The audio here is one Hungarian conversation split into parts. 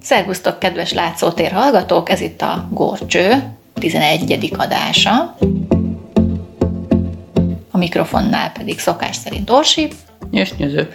Szervusztok, kedves látszótér hallgatók! Ez itt a Górcső 11. adása. A mikrofonnál pedig szokás szerint Orsi. Nyösnyöző.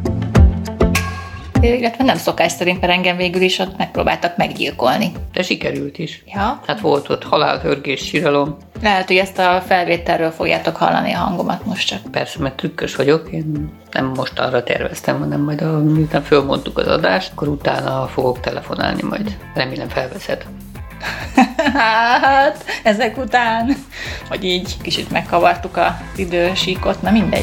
Illetve nem szokás szerint, mert engem végül is ott megpróbáltak meggyilkolni. De sikerült is. Ja. Hát volt ott halálhörgés, síralom. Lehet, hogy ezt a felvételről fogjátok hallani a hangomat most csak. Persze, mert trükkös vagyok. Én nem most arra terveztem, hanem majd miután fölmondtuk az adást, akkor utána fogok telefonálni majd. Remélem felveszed. Hát, ezek után, hogy így kicsit megkavartuk az idősíkot, na mindegy.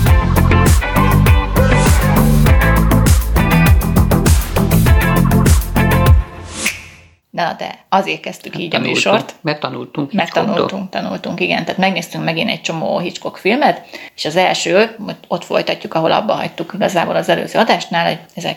De azért kezdtük így a műsort. Mert tanultunk. Tanultunk, igen. Tehát megnéztünk megint egy csomó Hitchcock filmet, és az első, ott folytatjuk, ahol abba hagytuk igazából az előző adásnál,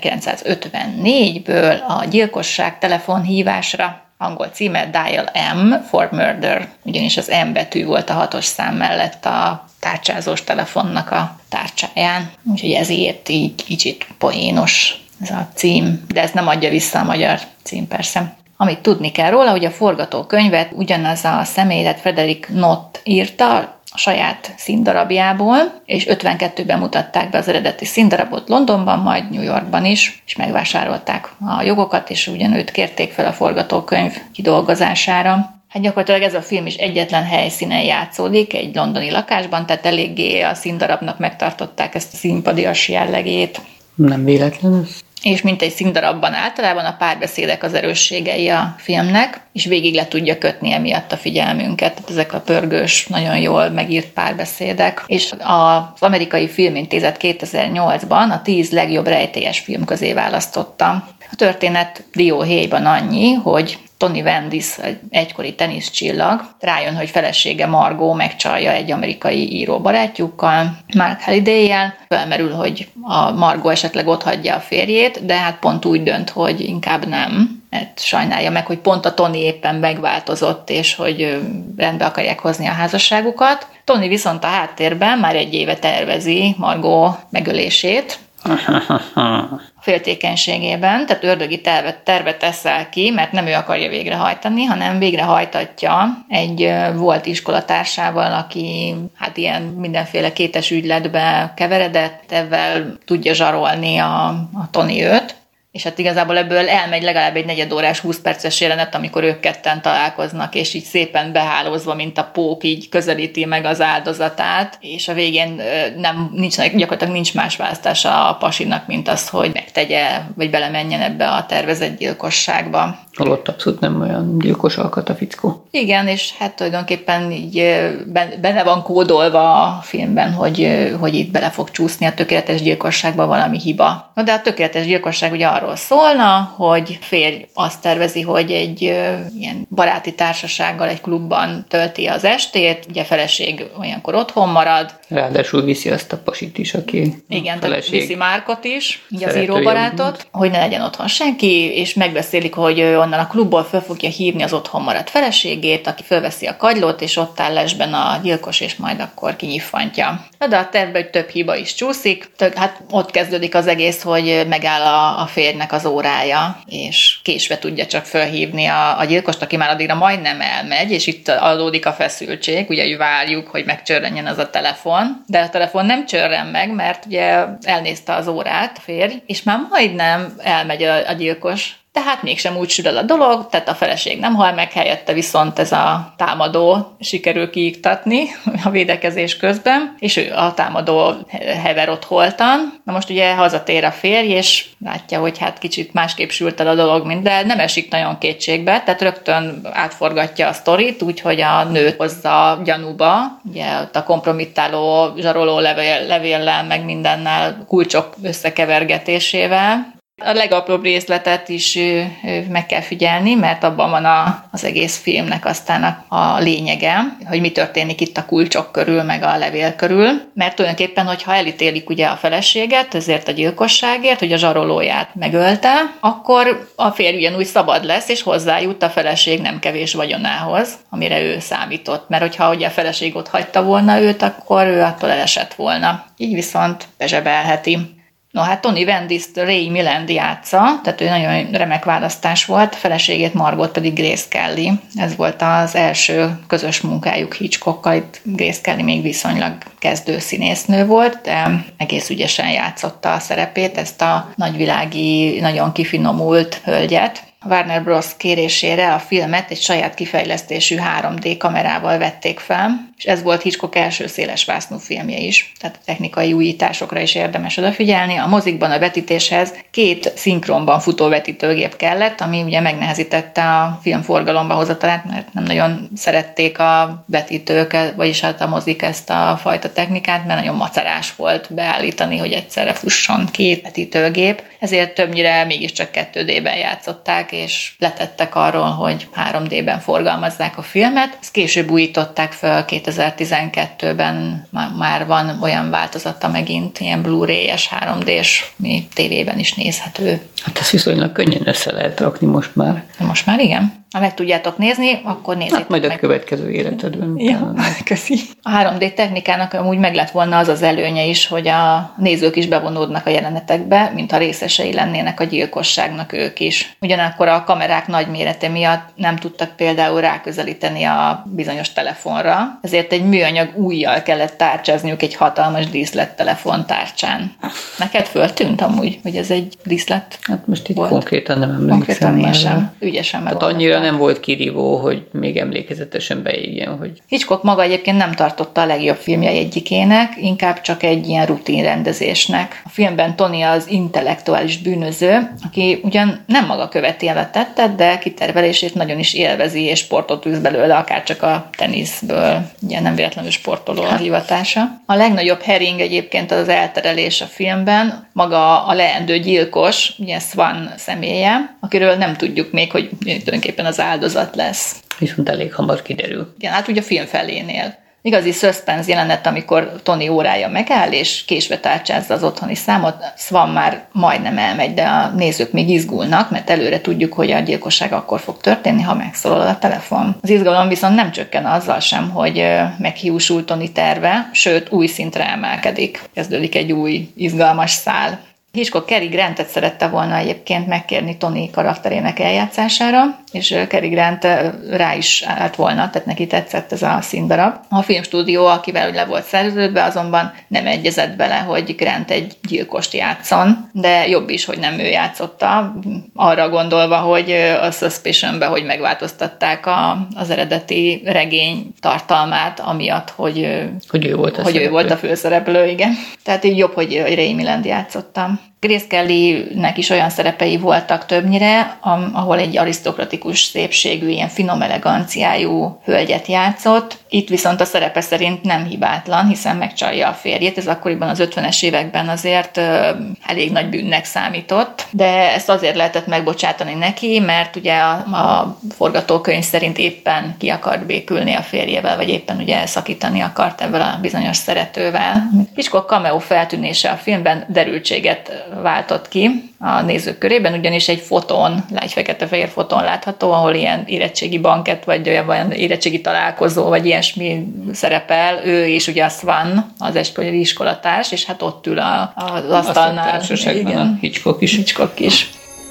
1954-ből a Gyilkosság telefonhívásra, angol címe Dial M for Murder, ugyanis az M betű volt a 6-os szám mellett a tárcsázós telefonnak a tárcsáján. Úgyhogy ezért így kicsit poénos ez a cím, de ez nem adja vissza a magyar cím persze. Amit tudni kell róla, hogy a forgatókönyvet ugyanaz a személyzet Frederick Knott írta a saját színdarabjából, és 52-ben mutatták be az eredeti színdarabot Londonban, majd New Yorkban is, és megvásárolták a jogokat, és ugyanőt kérték fel a forgatókönyv kidolgozására. Hát gyakorlatilag ez a film is egyetlen helyszínen játszódik, egy londoni lakásban, tehát eléggé a színdarabnak megtartották ezt a színpadias jellegét. Nem véletlen ez. És mint egy színdarabban általában a párbeszédek az erősségei a filmnek, és végig le tudja kötni emiatt a figyelmünket. Tehát ezek a pörgős, nagyon jól megírt párbeszédek. És az Amerikai Filmintézet 2008-ban a 10 legjobb rejtélyes film közé választotta. A történet dióhéjban annyi, hogy Tony Vendis, egy egykori teniszcsillag, rájön, hogy felesége Margot megcsalja egy amerikai író barátjukkal, Mark Halliday-jel. Felmerül, hogy a Margot esetleg otthagyja a férjét, de hát pont úgy dönt, hogy inkább nem. Mert sajnálja meg, hogy pont a Tony éppen megváltozott, és hogy rendbe akarják hozni a házasságukat. Tony viszont a háttérben már egy éve tervezi Margot megölését, a féltékenységében, tehát ördögi tervet teszel ki, mert nem ő akarja végrehajtani, hanem végrehajtatja egy volt iskolatársával, aki hát ilyen mindenféle kétes ügyletbe keveredett, ezzel tudja zsarolni a Tony őt. És hát igazából ebből elmegy legalább egy negyedórás, 20 perces jelenet, amikor ők ketten találkoznak, és így szépen behálózva, mint a pók, így közelíti meg az áldozatát, és a végén gyakorlatilag nincs más választása a pasinak, mint az, hogy megtegye, vagy belemenjen ebbe a tervezett gyilkosságba. Holott abszolút nem olyan gyilkos alkat a fickó. Igen, és hát tulajdonképpen így benne van kódolva a filmben, hogy itt bele fog csúszni a tökéletes gyilkosságba valami hiba. De a tökéletes gyilkosság ugye arról szólna, hogy férj azt tervezi, hogy egy ilyen baráti társasággal egy klubban tölti az estét, ugye a feleség olyankor otthon marad. Ráadásul viszi azt a pasit is, aki igen, tehát viszi Márkot is, így az íróbarátot, hogy ne legyen otthon senki, és megbeszélik, hogy onnan a klubból föl fogja hívni az otthon maradt feleségét, aki fölveszi a kagylót, és ott áll lesben a gyilkos, és majd akkor kinyiffantja. De a tervben, hogy több hiba is csúszik, hát ott kezdődik az egész, hogy megáll a férjnek az órája, és késve tudja csak fölhívni a gyilkost, aki már addigra majdnem elmegy, és itt adódik a feszültség, ugye, hogy várjuk, hogy megcsörrenjen az a telefon, de a telefon nem csörren meg, mert ugye elnézte az órát a férj, és már majdnem elmegy a gyilkos. Tehát mégsem úgy sül el a dolog, tehát a feleség nem hal meg, helyette viszont ez a támadó sikerül kiiktatni a védekezés közben, és ő a támadó hever ott holtan. Na most ugye hazatér a férj, és látja, hogy hát kicsit másképp sült el a dolog, de nem esik nagyon kétségbe, tehát rögtön átforgatja a sztorit, úgyhogy a nőt hozza gyanúba, ugye ott a kompromittáló zsaroló levéllel, meg mindennel, kulcsok összekevergetésével. A legapróbb részletet is meg kell figyelni, mert abban van az egész filmnek aztán a lényege, hogy mi történik itt a kulcsok körül, meg a levél körül. Mert tulajdonképpen, hogyha elítélik ugye a feleséget ezért a gyilkosságért, hogy a zsarolóját megölte, akkor a férj ugyanúgy szabad lesz, és hozzájut a feleség nem kevés vagyonához, amire ő számított. Mert hogyha ugye a feleség ott hagyta volna őt, akkor ő attól elesett volna. Így viszont bezsebelheti. No, hát Tony Vendis-t Ray Milland játsza, tehát ő nagyon remek választás volt, feleségét Margot pedig Grace Kelly. Ez volt az első közös munkájuk Hitchcockkal, itt Grace Kelly még viszonylag kezdő színésznő volt, de egész ügyesen játszotta a szerepét, ezt a nagyvilági, nagyon kifinomult hölgyet. Warner Bros. Kérésére a filmet egy saját kifejlesztésű 3D kamerával vették fel, és ez volt Hitchcock első szélesvásznú filmje is, tehát a technikai újításokra is érdemes odafigyelni. A mozikban a vetítéshez 2 szinkronban futó vetítőgép kellett, ami ugye megnehezítette a film forgalomba hozatalát, mert nem nagyon szerették a vetítők, vagyis hát a mozik ezt a fajta technikát, mert nagyon macerás volt beállítani, hogy egyszerre fusson 2 vetítőgép, ezért többnyire mégiscsak 2D-ben játszották, és letettek arról, hogy 3D-ben forgalmazzák a filmet. Ezt később újították fel, 2012-ben már van olyan változata megint, ilyen Blu-ray-es, 3D-s, mi tévében is nézhető. Hát ezt viszonylag könnyen össze lehet rakni most már. Most már igen. Ha meg tudjátok nézni, akkor nézzétek hát majd a következő életedben. Ja, köszi. A 3D technikának amúgy meg lett volna az az előnye is, hogy a nézők is bevonódnak a jelenetekbe, mintha részesei lennének a gyilkosságnak ők is. Ugyanakkor a kamerák nagy mérete miatt nem tudtak például ráközelíteni a bizonyos telefonra, ezért egy műanyag ujjal kellett tárcsázniuk egy hatalmas díszlettelefon tárcsán. Neked föltűnt amúgy, hogy ez egy díszlet? Hát most itt volt? Konkrétan nem emlékszem. Konkrétan én sem. Ügyesen meg. Tehát annyira nem volt kirívó, hogy még emlékezetesen beírjen, hogy... Hitchcock maga egyébként nem tartotta a legjobb filmjei egyikének, inkább csak egy ilyen rutinrendezésnek. A filmben Tony az intellektuális bűnöző, aki ugyan nem maga követi el a tettet, de kitervelését nagyon is élvezi, és sportot űz belőle, akár csak a teniszből, ugye nem véletlenül sportoló a hivatása. A legnagyobb hering egyébként az elterelés a filmben, maga a leendő gyilkos, ugye Swan személye, akiről nem tudjuk még, hogy tulajdonképpen az áldozat lesz. Viszont elég hamar kiderül. Igen, hát ugye a film felénél. Igazi suspense jelenet, amikor Tony órája megáll, és késve tárcsázza az otthoni számot, Swan már majdnem elmegy, de a nézők még izgulnak, mert előre tudjuk, hogy a gyilkosság akkor fog történni, ha megszólal a telefon. Az izgalom viszont nem csökken azzal sem, hogy meghiúsul Tony terve, sőt, új szintre emelkedik. Kezdődik egy új, izgalmas szál. Hitchcock Cary Grantet szerette volna egyébként megkérni Tony karakterének eljátszására, és Cary Grant rá is állt volna, tehát neki tetszett ez a színdarab. A filmstúdió, akivel le volt szerződve, azonban nem egyezett bele, hogy Grant egy gyilkost játszon, de jobb is, hogy nem ő játszotta, arra gondolva, hogy a Suspicionben, hogy megváltoztatták az eredeti regény tartalmát, amiatt, hogy ő volt a főszereplő, igen. Tehát így jobb, hogy Ray Milland játszotta. Grace Kellynek is olyan szerepei voltak többnyire, ahol egy arisztokratikus szépségű, ilyen finom eleganciájú hölgyet játszott. Itt viszont a szerepe szerint nem hibátlan, hiszen megcsalja a férjét. Ez akkoriban az 50-es években azért elég nagy bűnnek számított, de ezt azért lehetett megbocsátani neki, mert ugye a forgatókönyv szerint éppen ki akart békülni a férjével, vagy éppen ugye szakítani akart ebből a bizonyos szeretővel. Hitchcock cameo feltűnése a filmben derültséget váltott ki a nézők körében, ugyanis egy fotón, egy fekete-fehér fotón látható, ahol ilyen érettségi bankett, vagy olyan érettségi találkozó, vagy ilyesmi szerepel, ő és ugye a Swan, az egykori iskolatárs, és hát ott ül az asztalnál. Igen, a Hitchcock is.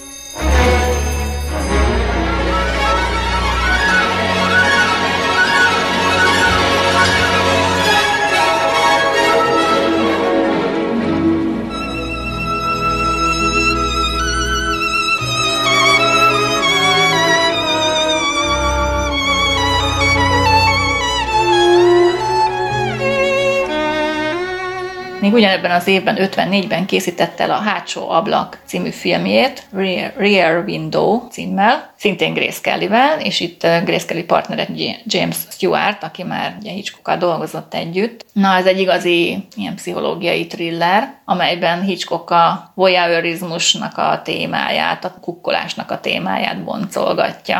Még ugyanebben az évben, 54-ben készített el a Hátsó ablak című filmjét, Rear Window címmel, szintén Grace Kellyvel, és itt Grace Kelly partnere James Stewart, aki már ugye Hitchcockkal dolgozott együtt. Na, ez egy igazi ilyen pszichológiai thriller, amelyben Hitchcock a voyeurizmusnak a témáját, a kukkolásnak a témáját boncolgatja.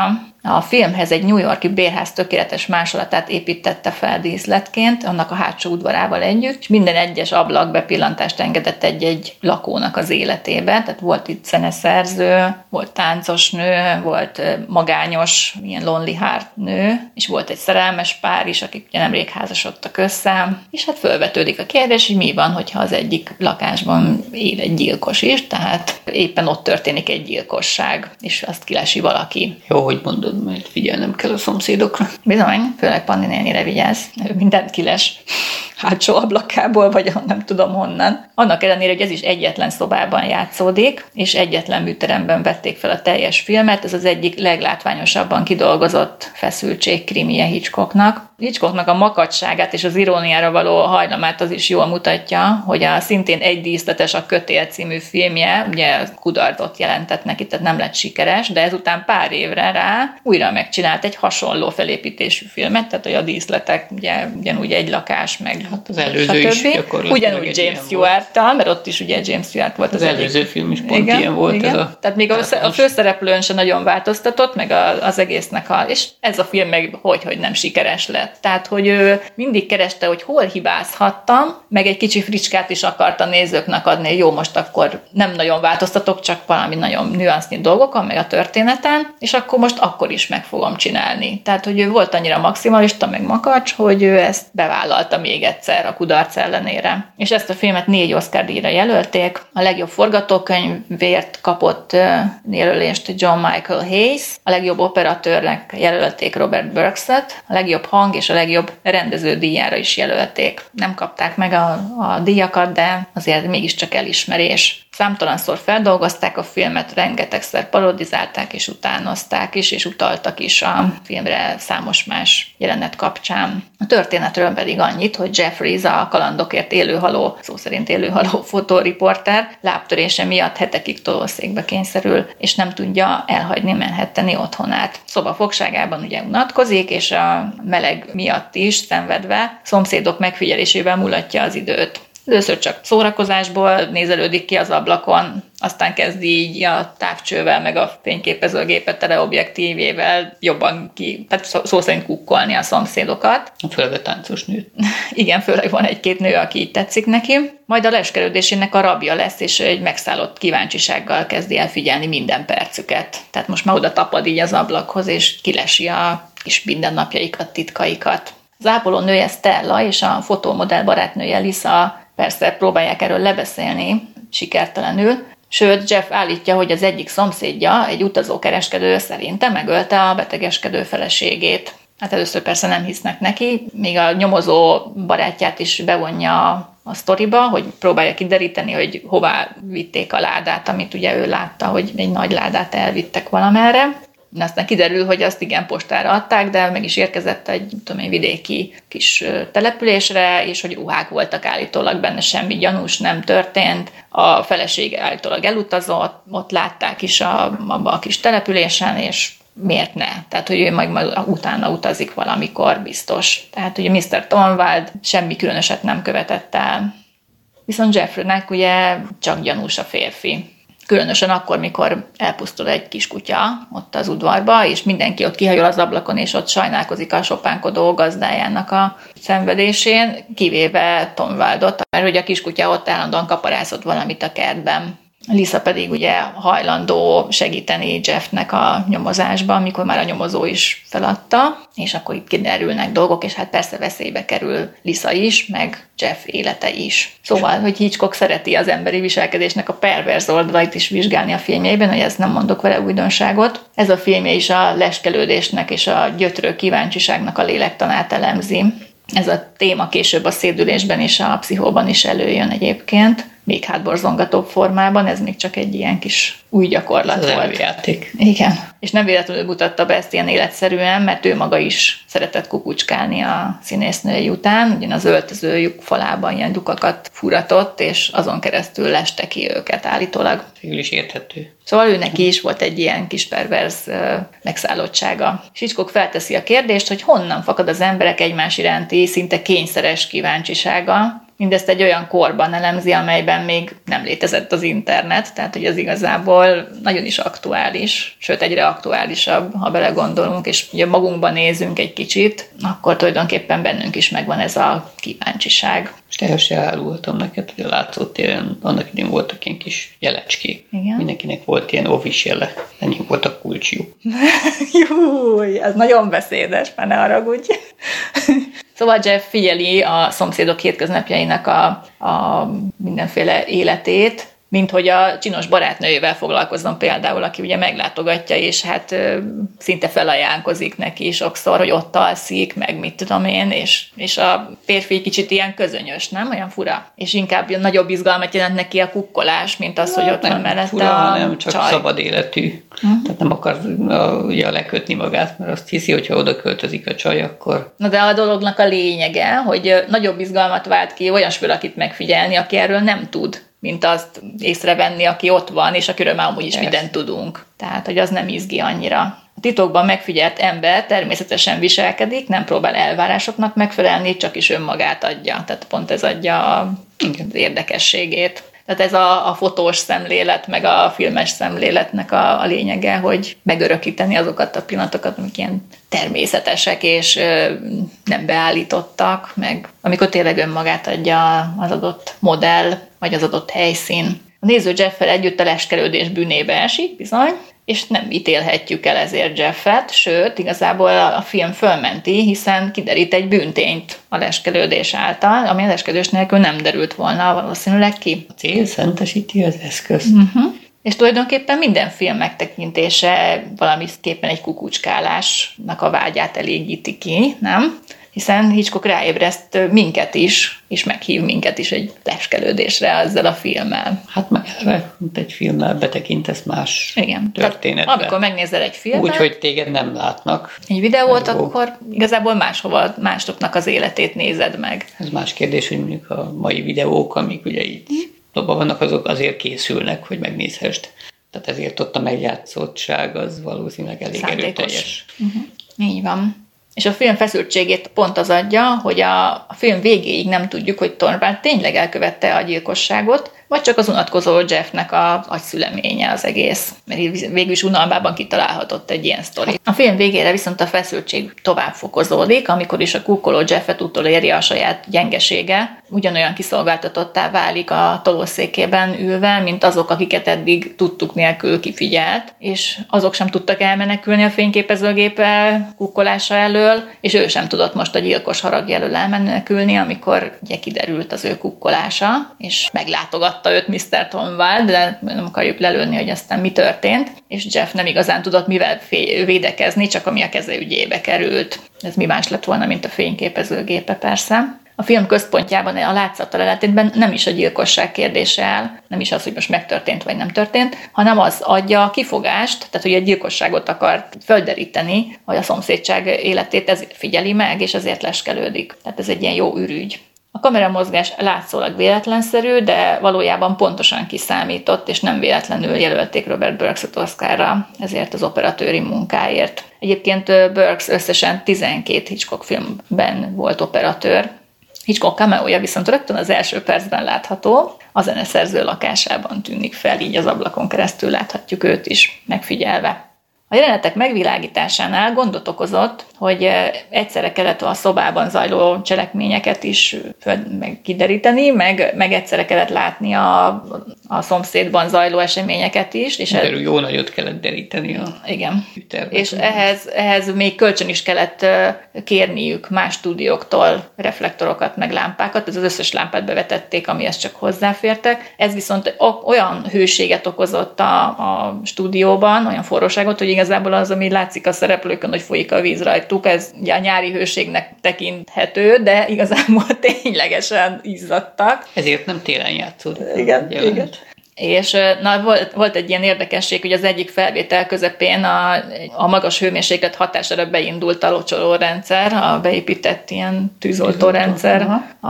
A filmhez egy New York-i bérház tökéletes másolatát építette fel díszletként, annak a hátsó udvarával együtt, és minden egyes ablak bepillantást engedett egy lakónak az életébe. Tehát volt itt zeneszerző, volt táncos nő, volt magányos, ilyen lonely heart nő, és volt egy szerelmes pár is, akik ugye nemrég házasodtak össze, és hát fölvetődik a kérdés, hogy mi van, hogyha az egyik lakásban él egy gyilkos is, tehát éppen ott történik egy gyilkosság, és azt kilesi valaki. Jó, hogy mondod, mert figyelnem kell a szomszédokra. Bizony, főleg Panni nénire vigyázz, ő mindent kiles hátsó ablakából, vagy nem tudom honnan. Annak ellenére, hogy ez is egyetlen szobában játszódik, és egyetlen műteremben vették fel a teljes filmet, ez az egyik leglátványosabban kidolgozott feszültség krimije Hitchcocknak. Hitchcocknak a makacságát és az iróniára való hajlamát az is jól mutatja, hogy a szintén egy díszletes A Kötél című filmje, ugye kudarcot jelentett neki, tehát nem lett sikeres, de ezután pár évre rá újra megcsinált egy hasonló felépítésű filmet, tehát hogy a díszletek ugye, ugyanúgy egy lakás, meg hát az előző is gyakorlatilag ugyanúgy James Stewart-tal, mert ott is ugye James Stewart volt az előző egyik. film is pont ilyen volt. Igen. Ez tehát még a főszereplőn se nagyon változtatott, meg az egésznek és ez a film meg hogy nem sikeres lett. Tehát, hogy ő mindig kereste, hogy hol hibázhattam, meg egy kicsi fricskát is akart a nézőknek adni, hogy jó, most akkor nem nagyon változtatok, csak valami nagyon nüansznyi dolgokon, meg a történeten, és akkor is meg fogom csinálni. Tehát, hogy ő volt annyira maximalista, meg makacs, hogy ő ezt bevállalta még egyszer a kudarc ellenére. És ezt a filmet 4 Oscar-díjra jelölték. A legjobb forgatókönyvért kapott jelölést John Michael Hayes, a legjobb operatőrnek jelölték Robert Burkset, a legjobb hang és a legjobb rendező díjára is jelölték. Nem kapták meg a díjakat, de azért mégiscsak elismerés. Számtalanszor feldolgozták a filmet, rengetegszer parodizálták és utánozták is, és utaltak is a filmre számos más jelenet kapcsán. A történetről pedig annyit, hogy Jeffries, a kalandokért élőhaló, szó szerint élőhaló fotóriporter lábtörése miatt hetekig tolószékbe kényszerül, és nem tudja elhagyni Manhattani otthonát. Szobafogságában ugye unatkozik, és a meleg miatt is szenvedve szomszédok megfigyelésével mulatja az időt. Először csak szórakozásból nézelődik ki az ablakon, aztán kezd így a távcsővel, meg a fényképezőgépet teleobjektívjével jobban tehát szó szerint kukkolni a szomszédokat. Főleg a táncos nőt. Igen, főleg van egy-két nő, aki így tetszik neki. Majd a leskelődésének a rabja lesz, és egy megszállott kíváncsisággal kezdi el figyelni minden percüket. Tehát most már oda tapad így az ablakhoz, és kilesi a kis mindennapjaikat, titkaikat. Az ápoló nője Stella és a fotómodell barátnője Lisa persze próbálják erről lebeszélni, sikertelenül, sőt Jeff állítja, hogy az egyik szomszédja, egy utazókereskedő szerinte megölte a betegeskedő feleségét. Hát először persze nem hisznek neki, még a nyomozó barátját is bevonja a sztoriba, hogy próbálja kideríteni, hogy hová vitték a ládát, amit ugye ő látta, hogy egy nagy ládát elvittek valamerre. Aztán kiderül, hogy azt igen postára adták, de meg is érkezett egy vidéki kis településre, és hogy ruhák voltak állítólag benne, semmi gyanús nem történt. A feleség állítólag elutazott, ott látták is abba a kis településen, és miért ne? Tehát, hogy ő majd utána utazik valamikor biztos. Tehát, ugye Mr. Tonwald semmi különöset nem követett el. Viszont Jeffreynek ugye csak gyanús a férfi. Különösen akkor, mikor elpusztul egy kis kutya ott az udvarba, és mindenki ott kihajol az ablakon, és ott sajnálkozik a sopánkodó gazdájának a szenvedésén, kivéve Tonwaldot, mert hogy a kiskutya ott állandóan kaparászott valamit a kertben. Lisa pedig ugye hajlandó segíteni Jeffnek a nyomozásban, amikor már a nyomozó is feladta, és akkor itt kiderülnek dolgok, és hát persze veszélybe kerül Lisa is, meg Jeff élete is. Szóval, hogy Hitchcock szereti az emberi viselkedésnek a perverz oldalait is vizsgálni a filmjeiben, hogy ezt nem mondok vele újdonságot. Ez a filmje is a leskelődésnek és a gyötrő kíváncsiságnak a lélektanát elemzi. Ez a téma később a Szédülésben és a Pszichóban is előjön egyébként, még hátborzongatóbb formában, ez még csak egy ilyen kis új gyakorlat ez volt. Játék. Igen, és nem véletlenül mutatta be ezt ilyen életszerűen, mert ő maga is szeretett kukucskálni a színésznői után, ugyan az öltözőjük falában ilyen lyukakat furatott, és azon keresztül leste ki őket állítólag. Végül is érthető. Szóval ő neki is volt egy ilyen kis perverz megszállottsága. És Hitchcock felteszi a kérdést, hogy honnan fakad az emberek egymás iránti szinte kényszeres kíváncsisága, Mindezt egy olyan korban elemzi, amelyben még nem létezett az internet, tehát hogy az igazából nagyon is aktuális, sőt egyre aktuálisabb, ha belegondolunk, és ugye magunkban nézünk egy kicsit, akkor tulajdonképpen bennünk is megvan ez a kíváncsiság. És teljesen elárultam neked, hogy a látszótéren annak idén voltak ilyen kis jelecskék. Igen? Mindenkinek volt ilyen office jele, ennyi volt a kulcsjú. Júj, ez nagyon beszédes, már ne haragudj. Szóval Jeff figyeli a szomszédok hétköznapjainak a mindenféle életét, mint hogy a csinos barátnőjével foglalkozzon például, aki ugye meglátogatja, és hát szinte felajánlkozik neki sokszor, hogy ott alszik, meg mit tudom én, és a férfi kicsit ilyen közönyös, nem? Olyan fura. És inkább nagyobb izgalmat jelent neki a kukkolás, mint az, hogy ott van mellette fura, a hanem csak csaj. szabad életű. Tehát nem akar ugye lekötni magát, mert azt hiszi, hogy ha oda költözik a csaj, akkor... Na de a dolognak a lényege, hogy nagyobb izgalmat vált ki olyasfél, akit megfigyelni, aki erről nem tud, mint azt észrevenni, aki ott van, és akiről már amúgy is mindent tudunk. Tehát, hogy az nem izgi annyira. A titokban megfigyelt ember természetesen viselkedik, nem próbál elvárásoknak megfelelni, csak is önmagát adja. Tehát pont ez adja az érdekességét. Tehát ez a fotós szemlélet, meg a filmes szemléletnek a lényege, hogy megörökíteni azokat a pillanatokat, amik ilyen természetesek és nem beállítottak, meg amikor tényleg önmagát adja az adott modell, vagy az adott helyszín. A néző Jeff-fel együtt a leskelődés bűnébe esik, bizony, és nem ítélhetjük el ezért Jeffet, sőt, igazából a film fölmenti, hiszen kiderít egy bűntényt a leskelődés által, ami a leskelődés nélkül nem derült volna valószínűleg ki. A cél szentesíti az eszközt. És tulajdonképpen minden film megtekintése valamiképpen egy kukucskálásnak a vágyát elégíti ki, nem? Hiszen Hitchcock ráébreszt minket is, és meghív minket is egy leskelődésre ezzel a filmmel. Hát meg elve, mint egy filmmel betekintesz más történetbe. Tehát, amikor megnézel egy filmet, úgy, hogy téged nem látnak. Egy videót, akkor igazából máshova, másoknak az életét nézed meg. Ez más kérdés, hogy mondjuk a mai videók, amik ugye így dobban vannak, azok azért készülnek, hogy megnézhessd. Tehát ezért ott a megjátszottság az valószínűleg elég erőteljes. Így van. És a film feszültségét pont az adja, hogy a film végéig nem tudjuk, hogy Thorvald tényleg elkövette a gyilkosságot, vagy csak az unatkozó Jeffnek a agyszüleménye az egész, mert végül is unalmában kitalálhatott egy ilyen sztori. A film végére viszont a feszültség tovább fokozódik, amikor is a kukkoló Jeffet utoléri a saját gyengesége, ugyanolyan kiszolgáltatottá válik a tolószékében ülve, mint azok, akiket eddig tudtuk nélkül kifigyelt, és azok sem tudtak elmenekülni a fényképezőgépe kukkolása elől, és ő sem tudott most a gyilkos haragja elől elmenekülni, amikor ugye kiderült az ő kukkolása, és meglátogatta őt Mr. Thorvald, de nem akarjuk lelőni, hogy aztán mi történt, és Jeff nem igazán tudott mivel védekezni, csak ami a keze ügyébe került. Ez mi más lett volna, mint a fényképezőgépe persze. A film központjában a látszattal ellentétben nem is a gyilkosság kérdése áll, nem is az, hogy most megtörtént vagy nem történt, hanem az adja a kifogást, tehát hogy a gyilkosságot akar földeríteni, hogy a szomszédság életét ezért figyeli meg, és ezért leskelődik. Tehát ez egy ilyen jó ürügy. A kameramozgás látszólag véletlenszerű, de valójában pontosan kiszámított, és nem véletlenül jelölték Robert Burks-ot Oscarra ezért az operatőri munkáért. Egyébként Burks összesen 12 Hitchcock filmben volt operatőr. Hitchcock cameója viszont rögtön az első percben látható, a zeneszerző lakásában tűnik fel, így az ablakon keresztül láthatjuk őt is megfigyelve. A jelenetek megvilágításánál gondot okozott, hogy egyszerre kellett a szobában zajló cselekményeket is kideríteni, meg egyszerre kellett látni a szomszédban zajló eseményeket is. És jó nagyot kellett deríteni a igen. És ehhez még kölcsön is kellett kérniük más stúdióktól reflektorokat, meg lámpákat. Ez az összes lámpát bevetették, amihez csak hozzáfértek. Ez viszont olyan hőséget okozott a stúdióban, olyan forróságot, hogy igazából az, ami látszik a szereplőkön, hogy folyik a víz rajtuk, ez ugye a nyári hőségnek tekinthető, de igazából ténylegesen izzadtak. Ezért nem télen játszódott. Igen. És volt egy ilyen érdekesség, hogy az egyik felvétel közepén a magas hőmérséklet hatására beindult a locsolórendszer, a beépített ilyen tűzoltórendszer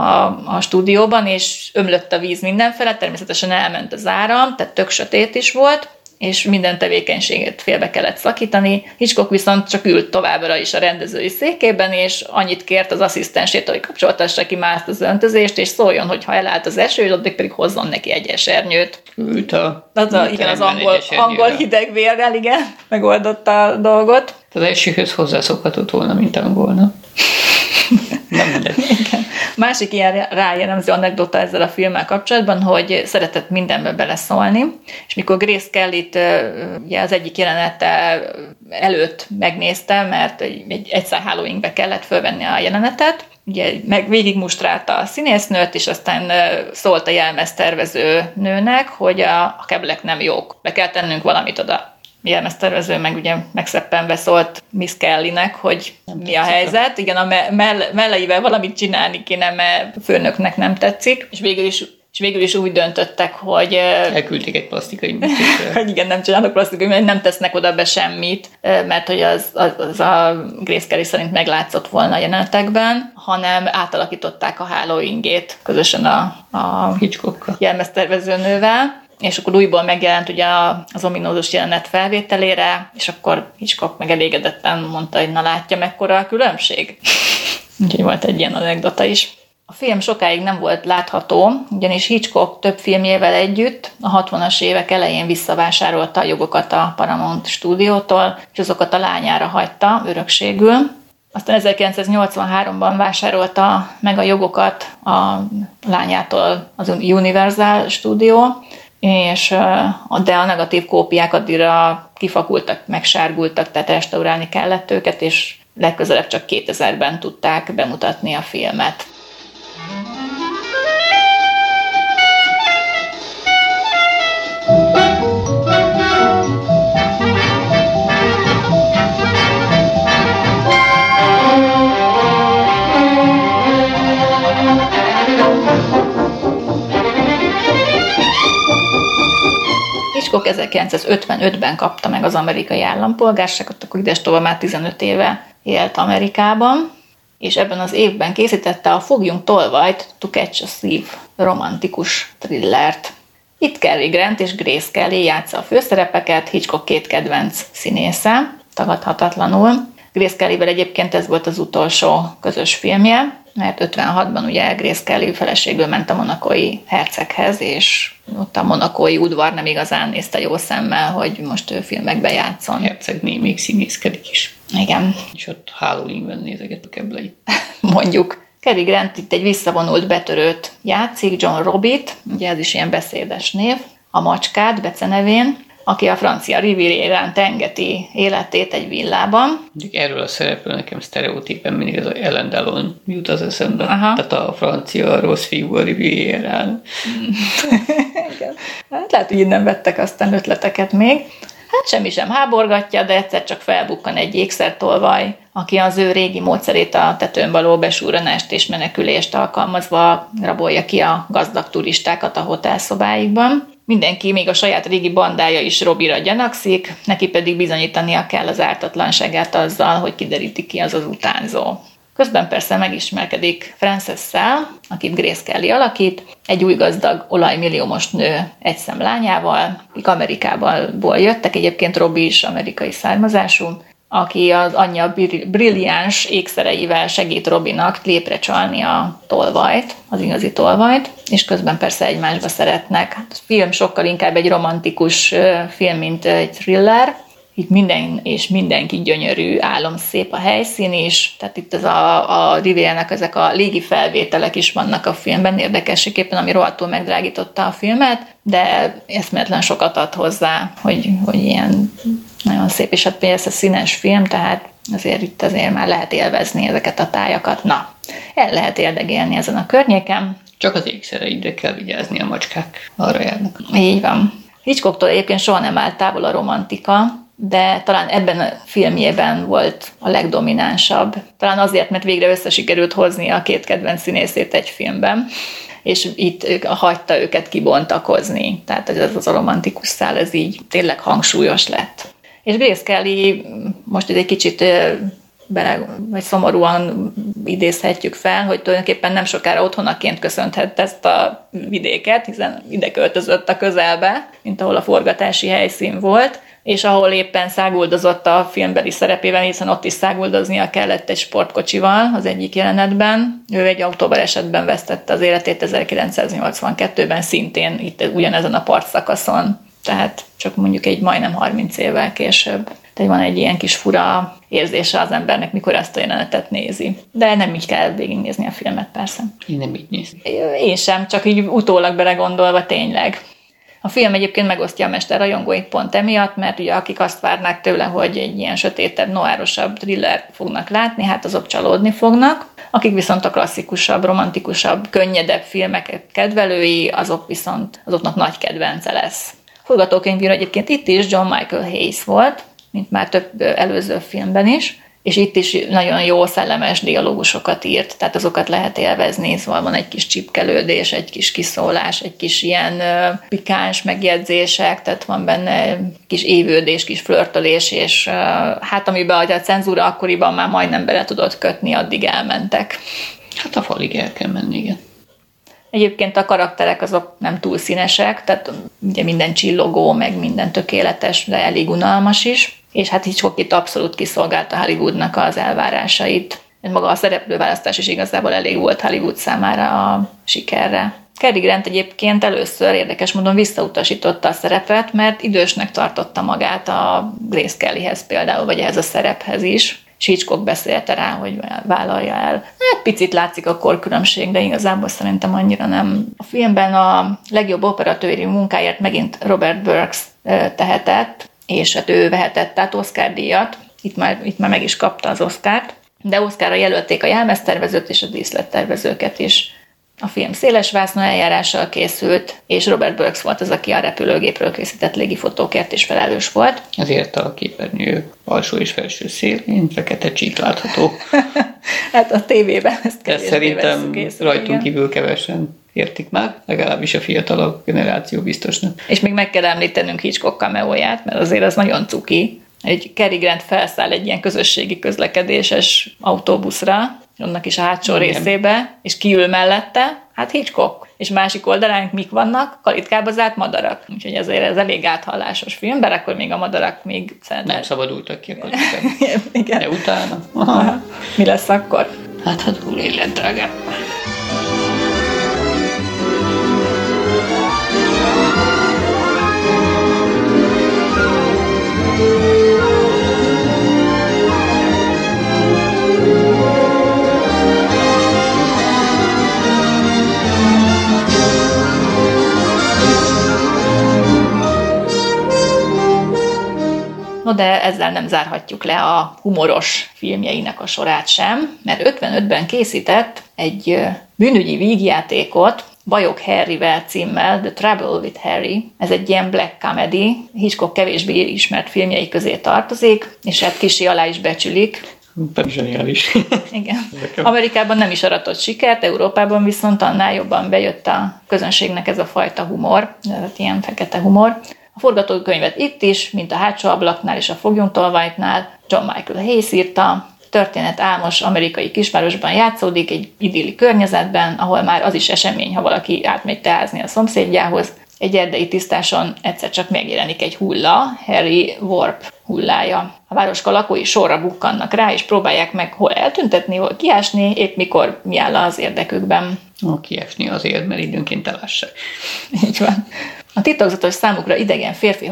a stúdióban, és ömlött a víz mindenfele, természetesen elment az áram, tehát tök sötét is volt, és minden tevékenységet félbe kellett szakítani. Hitchcock viszont csak ült továbbra is a rendezői székében, és annyit kért az asszisztensétől, hogy kapcsoltassa ki már az öntözést, és szóljon, hogy ha elállt az eső, addig pedig hozzon neki egy esernyőt. Ült az angol hidegvérrel, igen, megoldotta a dolgot. Az elsőhöz hozzászokhatott volna, mint angolna. Nem mindegy. Igen. Másik ilyen rájellemző anekdota ezzel a filmmel kapcsolatban, hogy szeretett mindenbe beleszólni, és mikor Grace Kellyt ugye az egyik jelenete előtt megnézte, mert egyszer Halloweenbe kellett fölvenni a jelenetet, ugye meg végigmustrálta a színésznőt, és aztán szólt a jelmeztervező nőnek, hogy a keblek nem jók, be kell tennünk valamit oda. Jelmeztervező meg ugye megszeppenve szólt Miss Kellynek, hogy mi a helyzet. Igen, a melleivel valamit csinálni kéne, mert a főnöknek nem tetszik, és végül is úgy döntöttek, hogy... Elküldték egy plastikai műtétre. Hogy igen, nem csinálnak plastikai műtétre, nem tesznek oda be semmit, mert hogy az a Grace Kelly szerint meglátszott volna a jelenetekben, hanem átalakították a Halloween-gét közösen a Hitchcockkal, jelmeztervezőnővel, és akkor újból megjelent ugye az ominózus jelenet felvételére, és akkor Hitchcock meg elégedetten mondta, hogy na látja, mekkora a különbség. Úgyhogy volt egy ilyen anekdota is. A film sokáig nem volt látható, ugyanis Hitchcock több filmjével együtt a 60-as évek elején visszavásárolta a jogokat a Paramount stúdiótól, és azokat a lányára hagyta örökségül. Aztán 1983-ban vásárolta meg a jogokat a lányától az Universal stúdió, de a negatív kópiák addigra kifakultak, megsárgultak, tehát restaurálni kellett őket, és legközelebb csak 2000-ben tudták bemutatni a filmet. Hitchcock 1955-ben kapta meg az amerikai állampolgárságot, akkor idestova már 15 éve élt Amerikában, és ebben az évben készítette a Fogjunk tolvajt, To Catch a Thief romantikus thrillert. Itt Cary Grant és Grace Kelly játsza a főszerepeket, Hitchcock két kedvenc színésze, tagadhatatlanul. Grace Kellyvel egyébként ez volt az utolsó közös filmje, mert 56-ban ugye Grace Kelly feleségül ment a monacói herceghez, és ott a monacói udvar nem igazán nézte jó szemmel, hogy most ő filmekben játszon. Hercegné még színészkedik is. Igen. És ott Halloweenben nézeget a kebleit. Mondjuk. Cary Grant itt egy visszavonult betörőt játszik, John Robit, ugye ez is ilyen beszédes név, a macskát becenevén, aki a francia Rivierán tengeti életét egy villában. Erről a szerepről nekem sztereotípen mindig ez a Ellen Delon jut az eszembe. Aha. Tehát a francia rossz fiú a Rivierán. Igen. Hát lehet, hogy innen vettek aztán ötleteket még. Hát semmi sem háborgatja, de egyszer csak felbukkan egy ékszertolvaj, aki az ő régi módszerét, a tetőn való besúranást és menekülést alkalmazva rabolja ki a gazdag turistákat a hotelszobáikban. Mindenki, még a saját régi bandája is Robira gyanakszik, neki pedig bizonyítania kell az ártatlanságát azzal, hogy kideríti ki az utánzó. Közben persze megismerkedik Francesszel, akit Grace Kelly alakít, egy új gazdag olajmilliómos nő egyszem lányával, akik Amerikából jöttek, egyébként Robbie is amerikai származású, aki az anyja brilliáns ékszereivel segít Robinak lépre csalni a tolvajt, az igazi tolvajt, és közben persze egymásba szeretnek. A film sokkal inkább egy romantikus film, mint egy thriller. Itt mindenki gyönyörű, álomszép a helyszín is, tehát itt ez a Riviernek ezek a légi felvételek is vannak a filmben, érdekességképpen, ami rohadtul megdrágította a filmet, de eszméletlen sokat ad hozzá, hogy ilyen nagyon szép, és hát persze színes film, tehát azért már lehet élvezni ezeket a tájakat. Na, el lehet érdegélni ezen a környéken. Csak az ékszereidre kell vigyázni, a macskák arra járnak. Így van. Hitchcocktól egyébként soha nem állt távol a romantika, de talán ebben a filmjében volt a legdominánsabb. Talán azért, mert végre összesikerült hozni a két kedvenc színészét egy filmben, és itt hagyta őket kibontakozni. Tehát ez a romantikus szál, ez így tényleg hangsúlyos lett. És Grace Kelly most egy kicsit vagy szomorúan idézhetjük fel, hogy tulajdonképpen nem sokára otthonaként köszönthette ezt a vidéket, hiszen ide költözött a közelbe, mint ahol a forgatási helyszín volt, és ahol éppen száguldozott a filmbeli szerepével, hiszen ott is száguldoznia kellett egy sportkocsival az egyik jelenetben. Ő egy autóbalesetben vesztette az életét 1982-ben, szintén itt ugyanezen a partszakaszon, tehát csak mondjuk egy majdnem 30 évvel később. Tehát van egy ilyen kis fura érzése az embernek, mikor ezt a jelenetet nézi. De nem így kell végignézni a filmet, persze. Én nem így nézem. Én sem, csak így utólag belegondolva tényleg. A film egyébként megosztja a mester rajongóit pont emiatt, mert ugye akik azt várnák tőle, hogy egy ilyen sötétebb, noárosabb thriller fognak látni, hát azok csalódni fognak. Akik viszont a klasszikusabb, romantikusabb, könnyedebb filmeket kedvelői, azoknak nagy kedvence lesz. A forgatókönyvíró egyébként itt is John Michael Hayes volt, mint már több előző filmben is, és itt is nagyon jó, szellemes dialógusokat írt, tehát azokat lehet élvezni, szóval van egy kis csipkelődés, egy kis kiszólás, egy kis ilyen pikáns megjegyzések, tehát van benne kis évődés, kis flörtölés, és hát amiben a cenzúra akkoriban már majdnem bele tudott kötni, addig elmentek. Hát a falig el kell menni, igen. Egyébként a karakterek azok nem túl színesek, tehát ugye minden csillogó, meg minden tökéletes, de elég unalmas is. És hát Hitchcock itt abszolút kiszolgálta Hollywoodnak az elvárásait. Maga a szereplőválasztás is igazából elég volt Hollywood számára a sikerre. Cary Grant egyébként először érdekes módon visszautasította a szerepet, mert idősnek tartotta magát a Grace Kellyhez például, vagy ehhez a szerephez is. És Hitchcock beszélte rá, hogy vállalja el. Hát picit látszik a korkülönbség, de igazából szerintem annyira nem. A filmben a legjobb operatőri munkáért megint Robert Burks tehetett, és hát ő vehetett át Oscar-díjat. Itt már meg is kapta az Oscart, de Oscarra jelölték a jelmeztervezőt és a díszlettervezőket is. A film széles vásznon eljárással készült, és Robert Burks volt az, aki a repülőgépről készített légifotókért is felelős volt. Ezért a képernyő alsó és felső szélén fekete csík látható. Hát a tévében ezt kevésbé szerintem rajtunk kívül kevesen értik már, legalábbis a fiatalabb generáció biztosnak. És még meg kell említenünk Hitchcock cameóját, mert azért az nagyon cuki. Egy Cary Grant felszáll egy ilyen közösségi közlekedéses autóbuszra, annak is a hátsó részébe, és kiül mellette, hát Hitchcock. És másik oldalán mik vannak? Kalitkába zárt madarak. Úgyhogy ezért ez elég áthallásos film, de akkor még a madarak még nem szabadultak ki a kalitkába. Igen. De utána. Aha. Mi lesz akkor? Hát ha túl élet, drágám. No de ezzel nem zárhatjuk le a humoros filmjeinek a sorát sem, mert 55-ben készített egy bűnügyi vígjátékot, Bajok Harryvel címmel, The Trouble with Harry. Ez egy ilyen black comedy, Hitchcock kevésbé ismert filmjei közé tartozik, és hát kicsi alá is becsülik. Zseniális. Igen. Amerikában nem is aratott sikert, Európában viszont annál jobban bejött a közönségnek ez a fajta humor, ez ilyen fekete humor. A forgatókönyvet itt is, mint a Hátsó ablaknál és a Foglyuntolvajtnál John Michael Hayes írta. Történet álmos amerikai kisvárosban játszódik, egy idilli környezetben, ahol már az is esemény, ha valaki átmegy teázni a szomszédjához. Egy erdei tisztáson egyszer csak megjelenik egy hulla, Harry Warp hullája. A városka lakói sorra bukkannak rá, és próbálják meg hol eltüntetni, hol kiásni, épp mikor mi áll az érdekükben. Kiesni azért, mert időnként elássák. Így van. A titokzatos számukra idegen férfi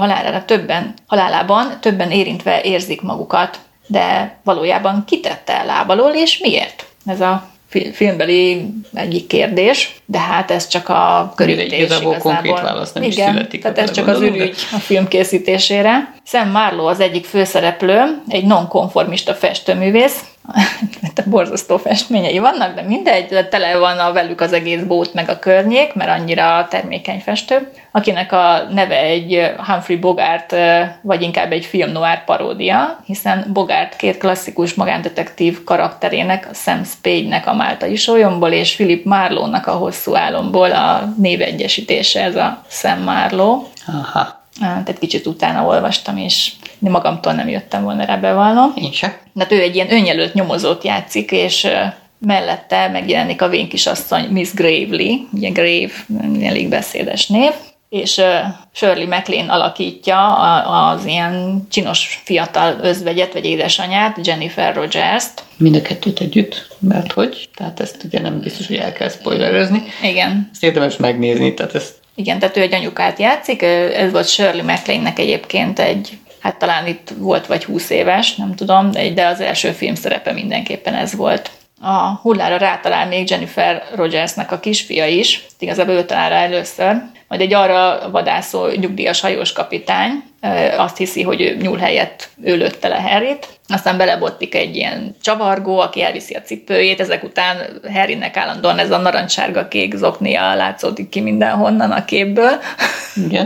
halálában többen érintve érzik magukat, de valójában kitette el lábalól, és miért? Ez a filmbeli egyik kérdés, de hát ez csak a körítés igazából. Konkrét válasz nem igen, is születik. Tehát ez csak az ürügy a film készítésére. Sam Marlowe az egyik főszereplő, egy nonkonformista festőművész, borzasztó festményei vannak, de mindegy, tele van a velük az egész bót meg a környék, mert annyira termékeny festő, akinek a neve egy Humphrey Bogart, vagy inkább egy film noir paródia, hiszen Bogart két klasszikus magándetektív karakterének, a Sam Spade-nek a Máltai sólyomból, és Philip Marlowe-nak a Hosszú álomból a névegyesítése, ez a Sam Marlowe. Aha. Tehát kicsit utána olvastam, és magamtól nem jöttem volna rá, bevallom. Én sem. De ő egy ilyen önjelölt nyomozót játszik, és mellette megjelenik a vénkisasszony Miss Gravely, ugye Grave, elég beszédes név, és Shirley MacLaine alakítja az ilyen csinos fiatal özvegyet, vagy édesanyát, Jennifer Rogers-t. Mind a kettőt együtt, mert hogy? Tehát ezt ugye nem biztos, hogy el kell spoilerezni. Igen. Ezt érdemes megnézni, tehát ezt... Igen, tehát ő egy anyukát játszik, ez volt Shirley MacLaine-nek egyébként hát talán itt volt vagy 20 éves, nem tudom, de az első film szerepe mindenképpen ez volt. A hullára rátalál még Jennifer Rogersnek a kisfia is, igazából ő talál rá először, majd egy arra vadászó nyugdíjas hajós kapitány azt hiszi, hogy ő nyúl helyett ő lőtte le Harryt, aztán belebottik egy ilyen csavargó, aki elviszi a cipőjét, ezek után Harrynek állandóan ez a narancssárga-kék zoknia látszódik ki mindenhonnan a képből. Igen,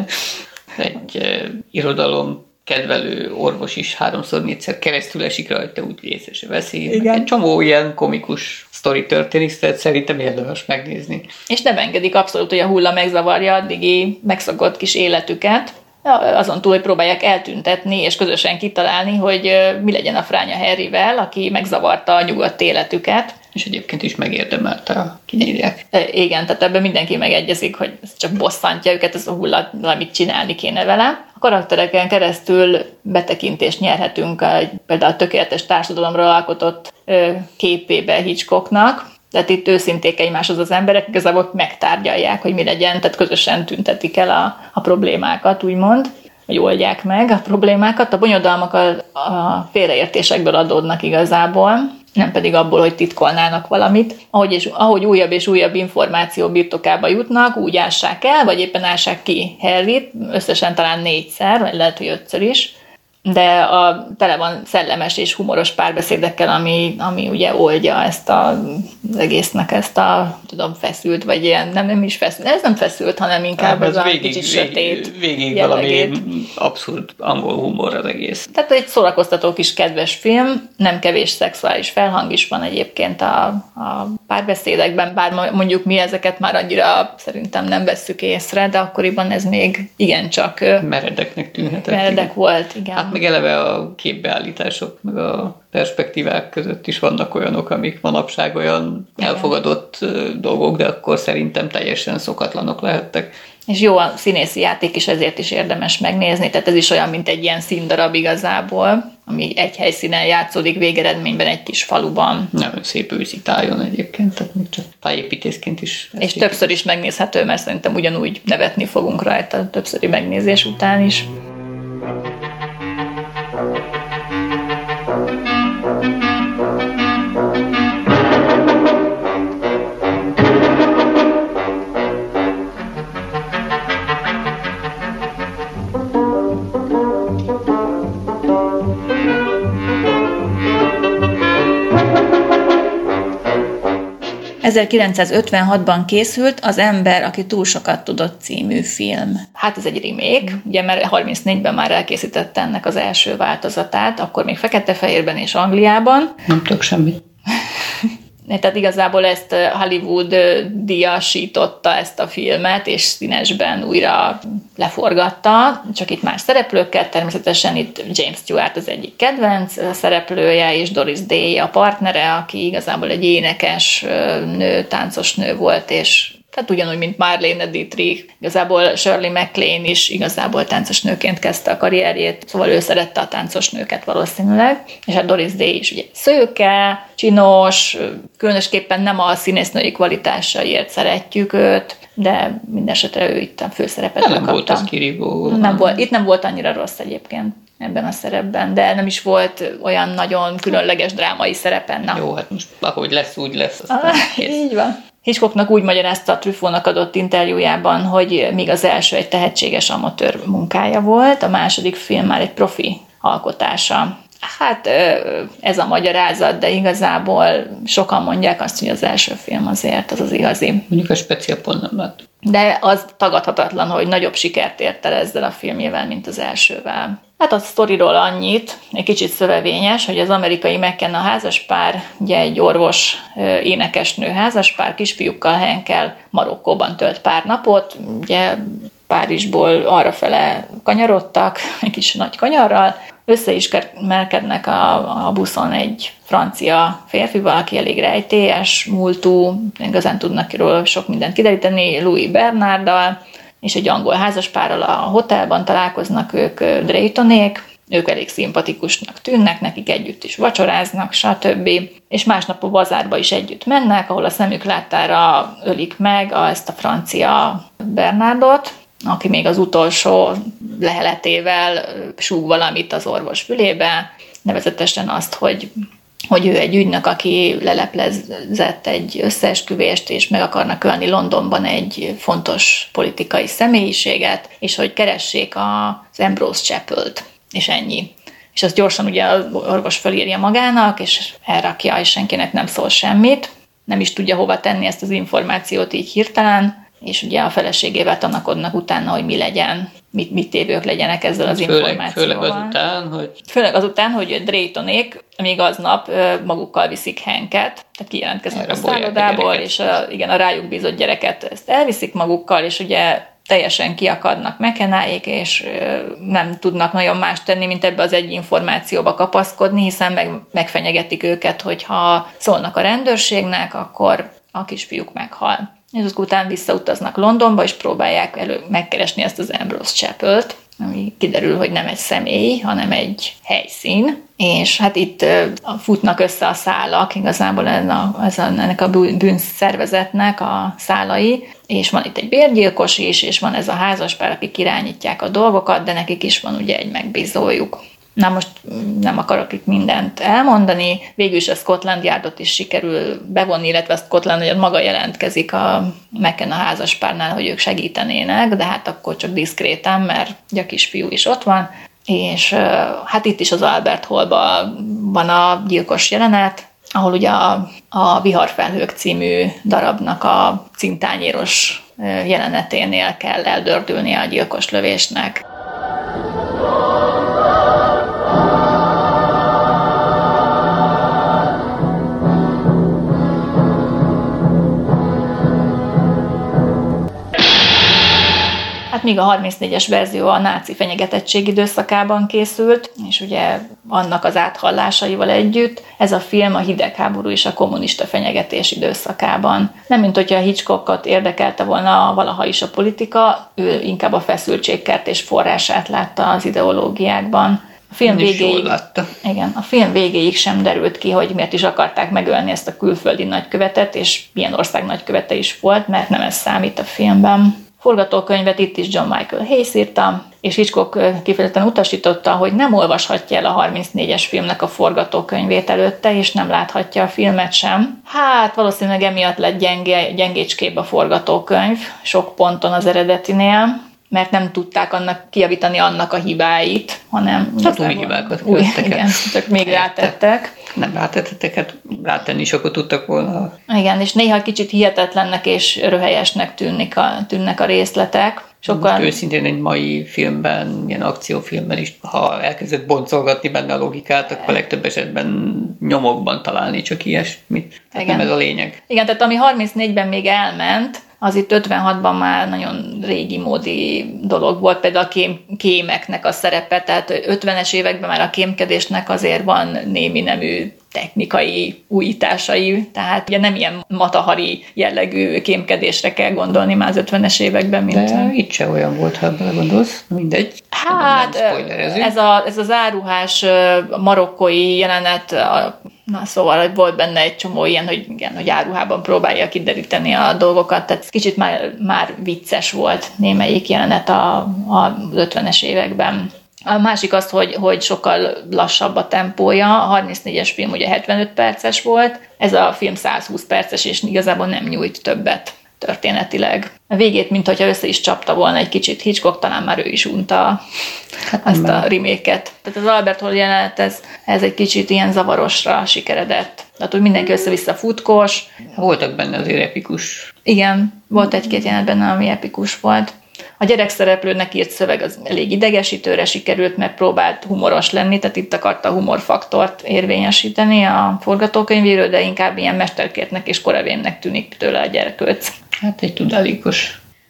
egy irodalom kedvelő orvos is 3-4-szer keresztül esik rajta, úgy észre se veszi. Egy csomó ilyen komikus sztori történik, tehát szerintem érdemes megnézni. És nem engedik abszolút, hogy a hulla megzavarja addigi megszokott kis életüket. Azon túl, hogy próbálják eltüntetni és közösen kitalálni, hogy mi legyen a fránya Harryvel, aki megzavarta a nyugodt életüket. És egyébként is megérdemelte a kinyírják. Igen, tehát ebben mindenki megegyezik, hogy ez csak bosszantja őket, ez a hulla, valamit csinálni kéne vele. A karaktereken keresztül betekintést nyerhetünk például a tökéletes társadalomról alkotott képébe Hitchcocknak. Tehát itt őszinték egymáshoz az emberek, igazából megtárgyalják, hogy mi legyen, tehát közösen tüntetik el a problémákat, úgymond, vagy oldják meg a problémákat. A bonyodalmak a félreértésekből adódnak igazából, nem pedig abból, hogy titkolnának valamit. Ahogy újabb és újabb információ birtokába jutnak, úgy ássák el, vagy éppen ássák ki Harryt, összesen talán 4-szer, vagy lehet, hogy 5-ször is, de tele van szellemes és humoros párbeszédekkel, ami ugye oldja ezt az egésznek ezt feszült, vagy ilyen, nem is feszült, ez nem feszült, hanem inkább ez a kicsit sötét végig valami abszurd angol humor az egész. Tehát egy szórakoztató kis kedves film, nem kevés szexuális felhang is van egyébként a párbeszédekben, bár mondjuk mi ezeket már annyira szerintem nem vesszük észre, de akkoriban ez még igencsak meredeknek tűnhetett. Meredek volt, igen. Hát meg eleve a képbeállítások, meg a perspektívák között is vannak olyanok, amik manapság olyan elfogadott dolgok, de akkor szerintem teljesen szokatlanok lehettek. És jó a színészi játék is, ezért is érdemes megnézni, tehát ez is olyan, mint egy ilyen színdarab igazából, ami egy helyszínen játszódik, végeredményben egy kis faluban. Nagyon szép őszi tájon egyébként, tehát még csak tájépítészként is. És többször is megnézhető, mert szerintem ugyanúgy nevetni fogunk rajta többszöri megnézés után is. 1956-ban készült Az ember, aki túl sokat tudott című film. Hát ez egy remake, ugye mert 34-ben már elkészítette ennek az első változatát, akkor még fekete-fehérben és Angliában. Nem tudok semmit. Tehát igazából ezt Hollywood díjasította ezt a filmet, és színesben újra leforgatta, csak itt más szereplőkkel, természetesen itt James Stewart az egyik kedvenc szereplője, és Doris Day a partnere, aki igazából egy énekes nő, táncos nő volt, és tehát ugyanúgy, mint Marlene Dietrich, igazából Shirley MacLaine is igazából táncos nőként kezdte a karrierjét, szóval ő szerette a táncos nőket valószínűleg, és a Doris Day is ugye szőke, csinos, különösképpen nem a színésznői kvalitásaiért szeretjük őt, de mindesetre ő itt a főszerepet kapta. Nem volt az kirívó. Itt nem volt annyira rossz egyébként ebben a szerepben, de nem is volt olyan nagyon különleges drámai szerepen. Na. Jó, hát most ahogy lesz, úgy lesz. Aztán így van. Hitchcocknak úgy magyarázta a Truffautnak adott interjújában, hogy míg az első egy tehetséges amatőr munkája volt, a második film már egy profi alkotása. Hát ez a magyarázat, de igazából sokan mondják azt, hogy az első film azért az igazi. Mondjuk a speciál pont nem lett. De az tagadhatatlan, hogy nagyobb sikert ért el ezzel a filmjével, mint az elsővel. Hát a sztoriról annyit, egy kicsit szövevényes, hogy az amerikai McKenna házaspár, ugye egy orvos énekesnő házaspár, kisfiúkkal, Hankel Marokkóban tölt pár napot, ugye Párizsból arrafele kanyarodtak, egy kis nagy kanyarral, össze is merkednek a buszon egy francia férfival, aki elég rejtélyes múltú, igazán tudnak róla sok mindent kideríteni, Louis Bernarddal, és egy angol házaspárral a hotelban találkoznak ők, Draytonék, ők elég szimpatikusnak tűnnek, nekik együtt is vacsoráznak, stb. És másnap a bazárba is együtt mennek, ahol a szemük láttára ölik meg ezt a francia Bernardot, aki még az utolsó leheletével súg valamit az orvos fülébe, nevezetesen azt, hogy ő egy ügynök, aki leleplezett egy összeesküvést, és meg akarnak ölni Londonban egy fontos politikai személyiséget, és hogy keressék az Ambrose Chapel-t, és ennyi. És azt gyorsan ugye az orvos felírja magának, és elrakja, és senkinek nem szól semmit. Nem is tudja hova tenni ezt az információt így hirtelen, és ugye a feleségével tanakodnak utána, hogy mi legyen, mit tévők legyenek ezzel az információval. Főleg azután, hogy Draytonék még aznap magukkal viszik Hanket, tehát kijelentkeznek a szállodából, és a rájuk bízott gyereket ezt elviszik magukkal, és ugye teljesen kiakadnak McKennáék, és nem tudnak nagyon más tenni, mint ebbe az egy információba kapaszkodni, hiszen megfenyegetik őket, hogyha szólnak a rendőrségnek, akkor a kisfiúk meghal. És azután visszautaznak Londonba, és próbálják megkeresni ezt az Ambrose Chapel-t, ami kiderül, hogy nem egy személy, hanem egy helyszín. És hát itt futnak össze a szálak, igazából ennek a bűnszervezetnek a szálai, és van itt egy bérgyilkos is, és van ez a házaspár, akik irányítják a dolgokat, de nekik is van ugye egy megbízójuk. Na most nem akarok itt mindent elmondani, végül is a Scotland Yardot is sikerül bevonni, illetve a Scotland Yard maga jelentkezik a McKenna házaspárnál, hogy ők segítenének, de hát akkor csak diszkréten, mert ugye a kisfiú is ott van, és hát itt is az Albert Hallban van a gyilkos jelenet, ahol ugye a Viharfelhők című darabnak a cintányéros jeleneténél kell eldördülnie a gyilkos lövésnek. Hát míg a 34-es verzió a náci fenyegetettség időszakában készült, és ugye annak az áthallásaival együtt, ez a film a hidegháború és a kommunista fenyegetés időszakában. Nem mint hogyha Hitchcockot érdekelte volna valaha is a politika, ő inkább a feszültségkert és forrását látta az ideológiákban. A film végéig sem derült ki, hogy miért is akarták megölni ezt a külföldi nagykövetet, és milyen ország nagykövete is volt, mert nem ez számít a filmben. Forgatókönyvet itt is John Michael Hayes írta, és Hitchcock kifejezetten utasította, hogy nem olvashatja el a 34-es filmnek a forgatókönyvét előtte, és nem láthatja a filmet sem. Hát valószínűleg emiatt lett gyengécskébb a forgatókönyv, sok ponton az eredetinél, mert nem tudták kijavítani annak a hibáit, hanem... Hát új hibákat követtek. Igen, csak még rátettek. Nem rátettek, hát rátenni is akkor tudtak volna. Igen, és néha kicsit hihetetlennek és röhelyesnek tűnnek a részletek. Sokkal... Őszintén egy mai filmben, ilyen akciófilmben is, ha elkezdett boncolgatni benne a logikát, akkor legtöbb esetben nyomokban találni csak ilyesmit. Tehát nem ez a lényeg. Igen, tehát ami 34-ben még elment, az itt 56-ban már nagyon régi módi dolog volt, például a kémeknek a szerepe, tehát 50-es években már a kémkedésnek azért van némi nemű technikai újításai, tehát ugye nem ilyen matahari jellegű kémkedésre kell gondolni már az 50-es években, mint... De itt se olyan volt, ha belegondolsz, mindegy. Hát ez az áruhás marokkói jelenet, szóval volt benne egy csomó ilyen, hogy igen, hogy áruhában próbálja kideríteni a dolgokat, tehát kicsit már vicces volt némelyik jelenet az 50-es években. A másik az, hogy sokkal lassabb a tempója, a 34-es film ugye 75 perces volt, ez a film 120 perces, és igazából nem nyújt többet történetileg. A végét, mintha össze is csapta volna egy kicsit Hitchcock, talán már ő is unta azt a remake-et. Tehát az Albert Hall jelenet, ez egy kicsit ilyen zavarosra sikeredett. Tehát, hogy mindenki össze-vissza futkos. Voltak benne azért epikus. Igen, volt egy-két jelenet benne, ami epikus volt. A gyerekszereplőnek írt szöveg az elég idegesítőre sikerült, mert próbált humoros lenni, tehát itt akarta a humorfaktort érvényesíteni a forgatókönyvéről, de inkább ilyen mesterkértnek és korevénnek tűnik tőle a gyerkőc. Hát egy tudálékos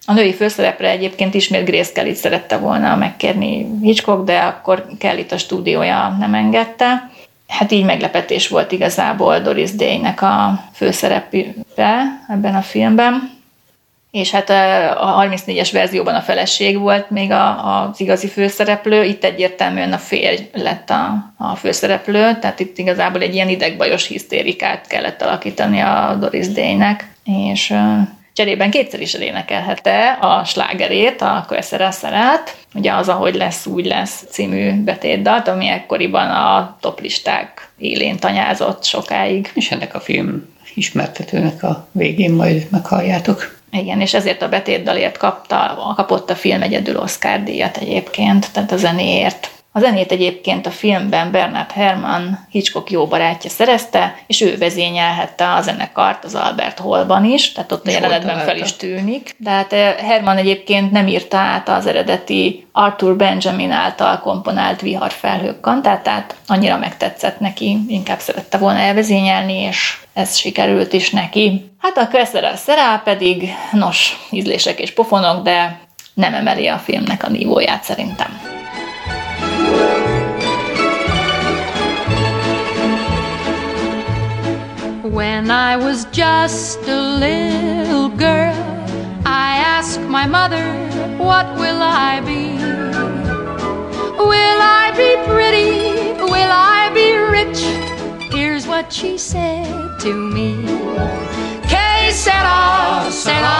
A női főszerepre egyébként ismét Grace Kellyt szerette volna megkérni Hitchcock, de akkor Kellyt a stúdiója nem engedte. Hát így meglepetés volt igazából Doris Day-nek a főszerepe ebben a filmben. És hát a 34-es verzióban a feleség volt még az igazi főszereplő, itt egyértelműen a férj lett a főszereplő, tehát itt igazából egy ilyen idegbajos hisztérikát kellett alakítani a Doris Day-nek, és cserében kétszer is elénekelhette a slágerét, a Que sera, ugye az Ahogy lesz, úgy lesz című betétdalt, ami ekkoriban a toplisták élén tanyázott sokáig. És ennek a film ismertetőnek a végén majd meghalljátok. Igen, és ezért a betétdalért kapott a film egyedül Oscar-díjat egyébként, tehát a zenéért. A zenét egyébként a filmben Bernard Herrmann, Hitchcock jó barátja szerezte, és ő vezényelhette a zenekart az Albert Hallban is, tehát ott a jelenetben fel is tűnik. De hát Herrmann egyébként nem írta át az eredeti Arthur Benjamin által komponált Viharfelhők kantátát, tehát annyira megtetszett neki, inkább szerette volna elvezényelni, és ez sikerült is neki. Hát a Que sera pedig, nos, ízlések és pofonok, de nem emeli a filmnek a nívóját szerintem. When I was just a little girl, I asked my mother, what will I be? Will I be pretty? Will I be rich? Here's what she said to me. Que sera,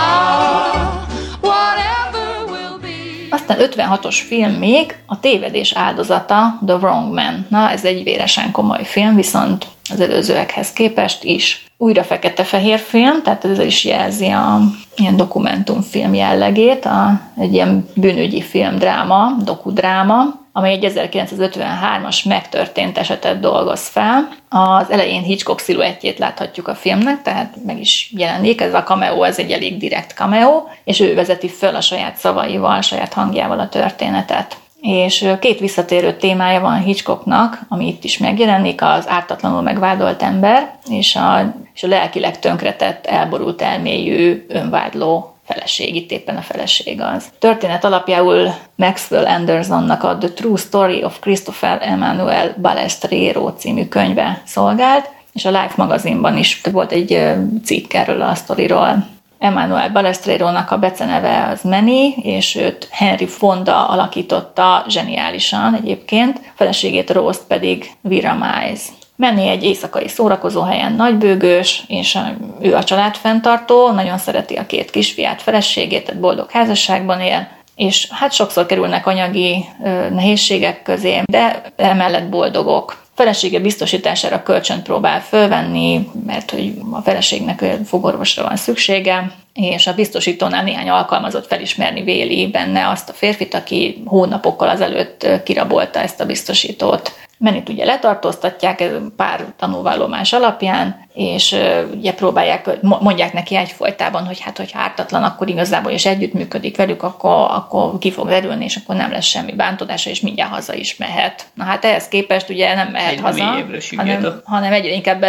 whatever will be. Aztán 56-os film még a Tévedés áldozata, The Wrong Man. Na, ez egy véresen komoly film, viszont az előzőekhez képest is újra fekete-fehér film, tehát ez is jelzi a ilyen dokumentumfilm jellegét, egy ilyen bűnügyi filmdráma, dokudráma, amely egy 1953-as megtörtént esetet dolgoz fel. Az elején Hitchcock sziluettjét láthatjuk a filmnek, tehát meg is jelenik, ez a cameo, ez egy elég direkt cameo, és ő vezeti föl a saját szavaival, a saját hangjával a történetet. És két visszatérő témája van Hitchcocknak, ami itt is megjelenik, az ártatlanul megvádolt ember, és a lelkileg tönkretett, elborult elmélyű, önvádló feleség, itt éppen a feleség az. Történet alapjául Maxwell Andersonnak a The True Story of Christopher Emmanuel Balestrero című könyve szolgált, és a Life magazinban is volt egy cikk erről a sztoriról. Emmanuel Balestrerónak a beceneve az Manny, és őt Henry Fonda alakította zseniálisan egyébként, feleségét Rose pedig Vera Miles. Manny egy éjszakai szórakozóhelyen nagybőgős, és ő a családfenntartó, nagyon szereti a két kisfiát, feleségét, tehát boldog házasságban él, és hát sokszor kerülnek anyagi nehézségek közé, de emellett boldogok. Felesége biztosítására kölcsönt próbál fölvenni, mert hogy a feleségnek fogorvosra van szüksége, és a biztosítónál néhány alkalmazott felismerni véli benne azt a férfit, aki hónapokkal azelőtt kirabolta ezt a biztosítót. Mannyt ugye letartóztatják pár tanúvallomás alapján, és ugye mondják neki egyfolytában, hogy hát, hogyha ártatlan, akkor igazából is együttműködik velük, akkor ki fog derülni, és akkor nem lesz semmi bántódása, és mindjárt haza is mehet. Na hát ehhez képest ugye nem mehet haza, hanem egyre inkább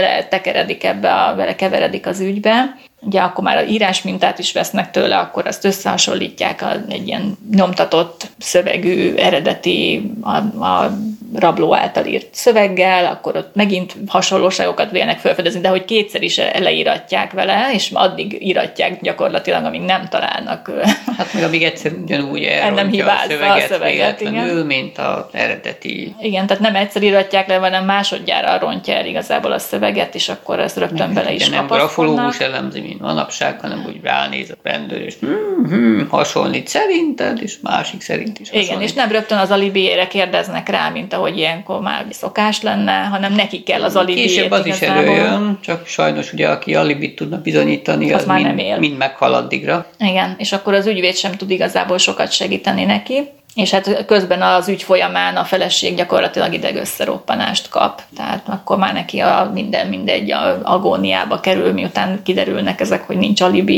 belekeveredik az ügybe. Ugye akkor már az írásmintát is vesznek tőle, akkor azt összehasonlítják egy ilyen nyomtatott szövegű, eredeti, a rabló által írt szöveggel, akkor ott megint hasonlóságokat vélnek felfedezni, de hogy kétszer is leíratják vele, és addig íratják gyakorlatilag, amíg nem találnak. Hát meg amíg egyszer ugyanúgy elrontja a szöveget véletlenül, mint az eredeti. Igen, tehát nem egyszer íratják le, hanem másodjára rontja el igazából a szöveget, és akkor ezt rögtön bele is kapaszkodnak. Nem grafológus elemzi, mint manapság, hanem úgy ránéz a rendőr, és hasonlít szerinted, és másik szerint is hasonlít. Igen, és nem rögtön az alibiére kérdeznek rá, mint ahogy ilyenkor már szokás lenne, hanem neki kell az alibiét. Később az igazából is előjön, csak sajnos ugye, aki alibit tudna bizonyítani, az már mind meghal addigra. Igen, és akkor az ügyvéd sem tud igazából sokat segíteni neki. És hát közben az ügy folyamán a feleség gyakorlatilag idegösszeroppanást kap. Tehát akkor már neki mindegy agóniába kerül, miután kiderülnek ezek, hogy nincs alibi,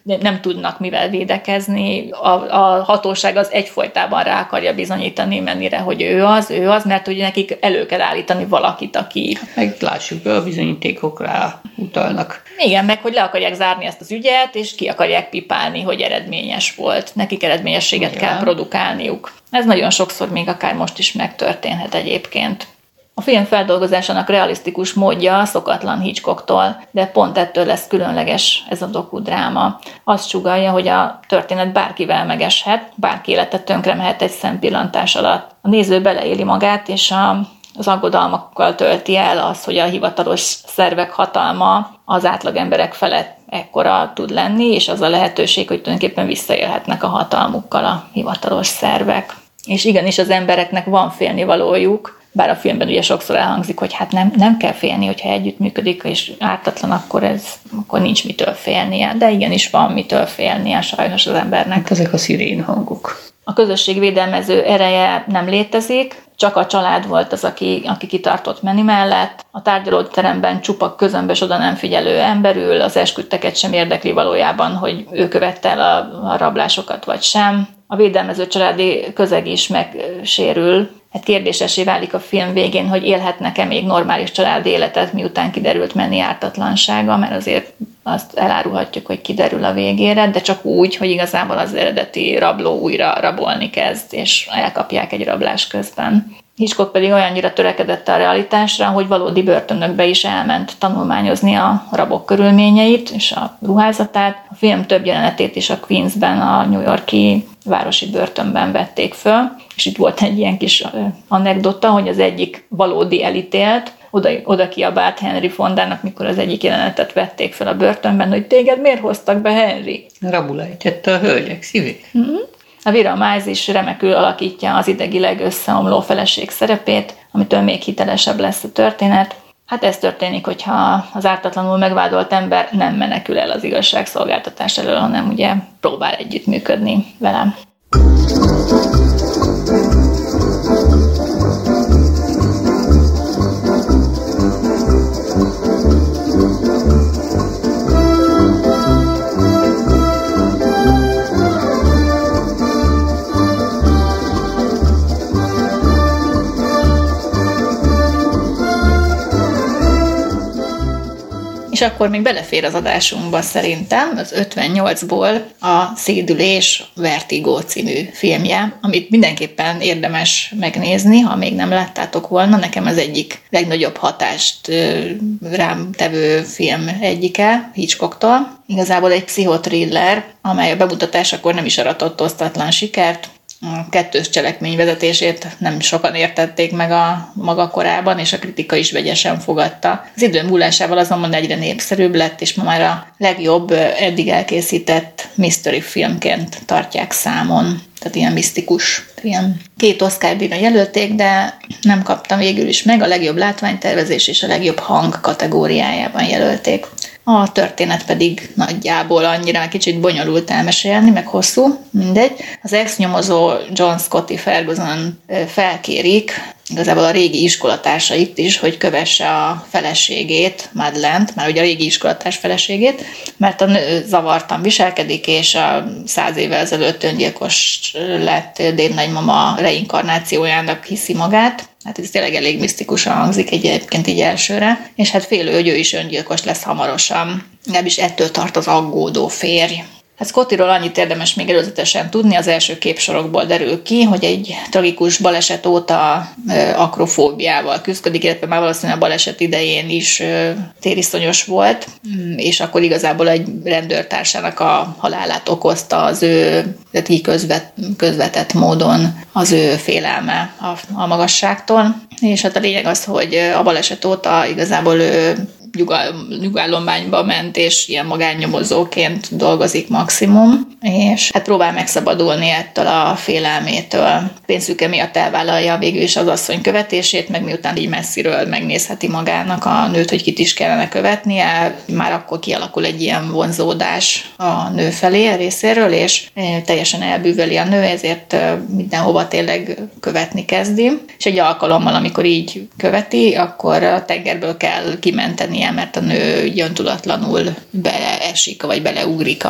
nem tudnak mivel védekezni. A hatóság az egyfolytában rá akarja bizonyítani mennyire, hogy ő az, mert ugye nekik elő kell állítani valakit, aki... Meg lássuk, a bizonyítékok rá utalnak. Igen, meg hogy le akarják zárni ezt az ügyet, és ki akarják pipálni, hogy eredményes volt. Nekik eredményességet kell produkálniuk. Ez nagyon sokszor még akár most is megtörténhet egyébként. A film feldolgozásának realisztikus módja szokatlan Hitchcocktól, de pont ettől lesz különleges ez a dokudráma. Azt sugallja, hogy a történet bárkivel megeshet, bárki élete tönkre mehet egy szempillantás alatt. A néző beleéli magát, és az aggodalmakkal tölti el az, hogy a hivatalos szervek hatalma az átlag emberek felett ekkora tud lenni, és az a lehetőség, hogy tulajdonképpen visszaélhetnek a hatalmukkal a hivatalos szervek. És igenis az embereknek van félnivalójuk, bár a filmben ugye sokszor elhangzik, hogy hát nem kell félni, hogyha együttműködik, és ártatlan, akkor nincs mitől félnie. De igenis van mitől félnie sajnos az embernek. Hát ezek a szirén hangok. A közösség védelmező ereje nem létezik, csak a család volt az, aki kitartott Manny mellett. A tárgyalóteremben csupa közömbös, oda nem figyelő ember ül, az esküdteket sem érdekli valójában, hogy ő követte el a rablásokat vagy sem. A védelmező családi közeg is megsérül. Hát kérdésessé válik a film végén, hogy élhetnek-e még normális családi életet, miután kiderült Manny ártatlansága, mert azért azt elárulhatjuk, hogy kiderül a végére, de csak úgy, hogy igazából az eredeti rabló újra rabolni kezd, és elkapják egy rablás közben. Hitchcock pedig olyannyira törekedett a realitásra, hogy valódi börtönökbe is elment tanulmányozni a rabok körülményeit és a ruházatát. A film több jelenetét is a Queensben, a New York-i városi börtönben vették föl, és itt volt egy ilyen kis anekdota, hogy az egyik valódi elítélt oda kiabált Henry Fondának, mikor az egyik jelenetet vették fel a börtönben, hogy téged miért hoztak be, Henry? Rabul ejtette a hölgyek szívét. Mm-hmm. A Vera Miles is remekül alakítja az idegileg összeomló feleség szerepét, amitől még hitelesebb lesz a történet. Hát ez történik, hogyha az ártatlanul megvádolt ember nem menekül el az igazságszolgáltatás elől, hanem ugye próbál együttműködni velem. És akkor még belefér az adásunkba szerintem az 58-ból a Szédülés Vertigo című filmje, amit mindenképpen érdemes megnézni, ha még nem láttátok volna. Nekem az egyik legnagyobb hatást rám tevő film egyike Hitchcocktól. Igazából egy pszichotriller, amely a bemutatásakor nem is aratott osztatlan sikert. A kettős cselekmény vezetését nem sokan értették meg a maga korában, és a kritika is vegyesen fogadta. Az idő múlásával azonban egyre népszerűbb lett, és ma már a legjobb eddig elkészített mystery filmként tartják számon. Tehát ilyen misztikus film. 2 Oscar-díjra jelölték, de nem kaptam végül is meg, a legjobb látványtervezés és a legjobb hang kategóriájában jelölték. A történet pedig nagyjából annyira kicsit bonyolult elmesélni, meg hosszú, mindegy. Az ex-nyomozó John Scotty Ferguson felkérik, igazából a régi iskolatársait is, hogy kövesse a feleségét, Madeleine-t, már ugye a régi iskolatárs feleségét, mert a nő zavartan viselkedik, és a 100 évvel ezelőtt öngyilkos lett dédnagymama reinkarnációjának hiszi magát. Hát ez tényleg elég misztikusan hangzik egyébként így elsőre, és hát félő, hogy ő is öngyilkos lesz hamarosan. Legalábbis ettől tart az aggódó férj. Hát Scottyról annyit érdemes még előzetesen tudni, az első képsorokból derül ki, hogy egy tragikus baleset óta akrofóbiával küzdik, illetve már valószínűleg a baleset idején is tériszonyos volt, és akkor igazából egy rendőrtársának a halálát okozta az ő, tehát így közvetett módon az ő félelme a magasságtól. És hát a lényeg az, hogy a baleset óta igazából ő nyugállományba ment, és ilyen magánnyomozóként dolgozik maximum, és hát próbál megszabadulni ettől a félelmétől. Pénzszüke miatt elvállalja végül is az asszony követését, meg miután így messziről megnézheti magának a nőt, hogy kit is kellene követnie, már akkor kialakul egy ilyen vonzódás a nő felé a részéről, és teljesen elbűvöli a nő, ezért mindenhova tényleg követni kezdi. És egy alkalommal, amikor így követi, akkor a tengerből kell kimentenie mennie, mert a nő öntudatlanul beleesik, vagy beleugrik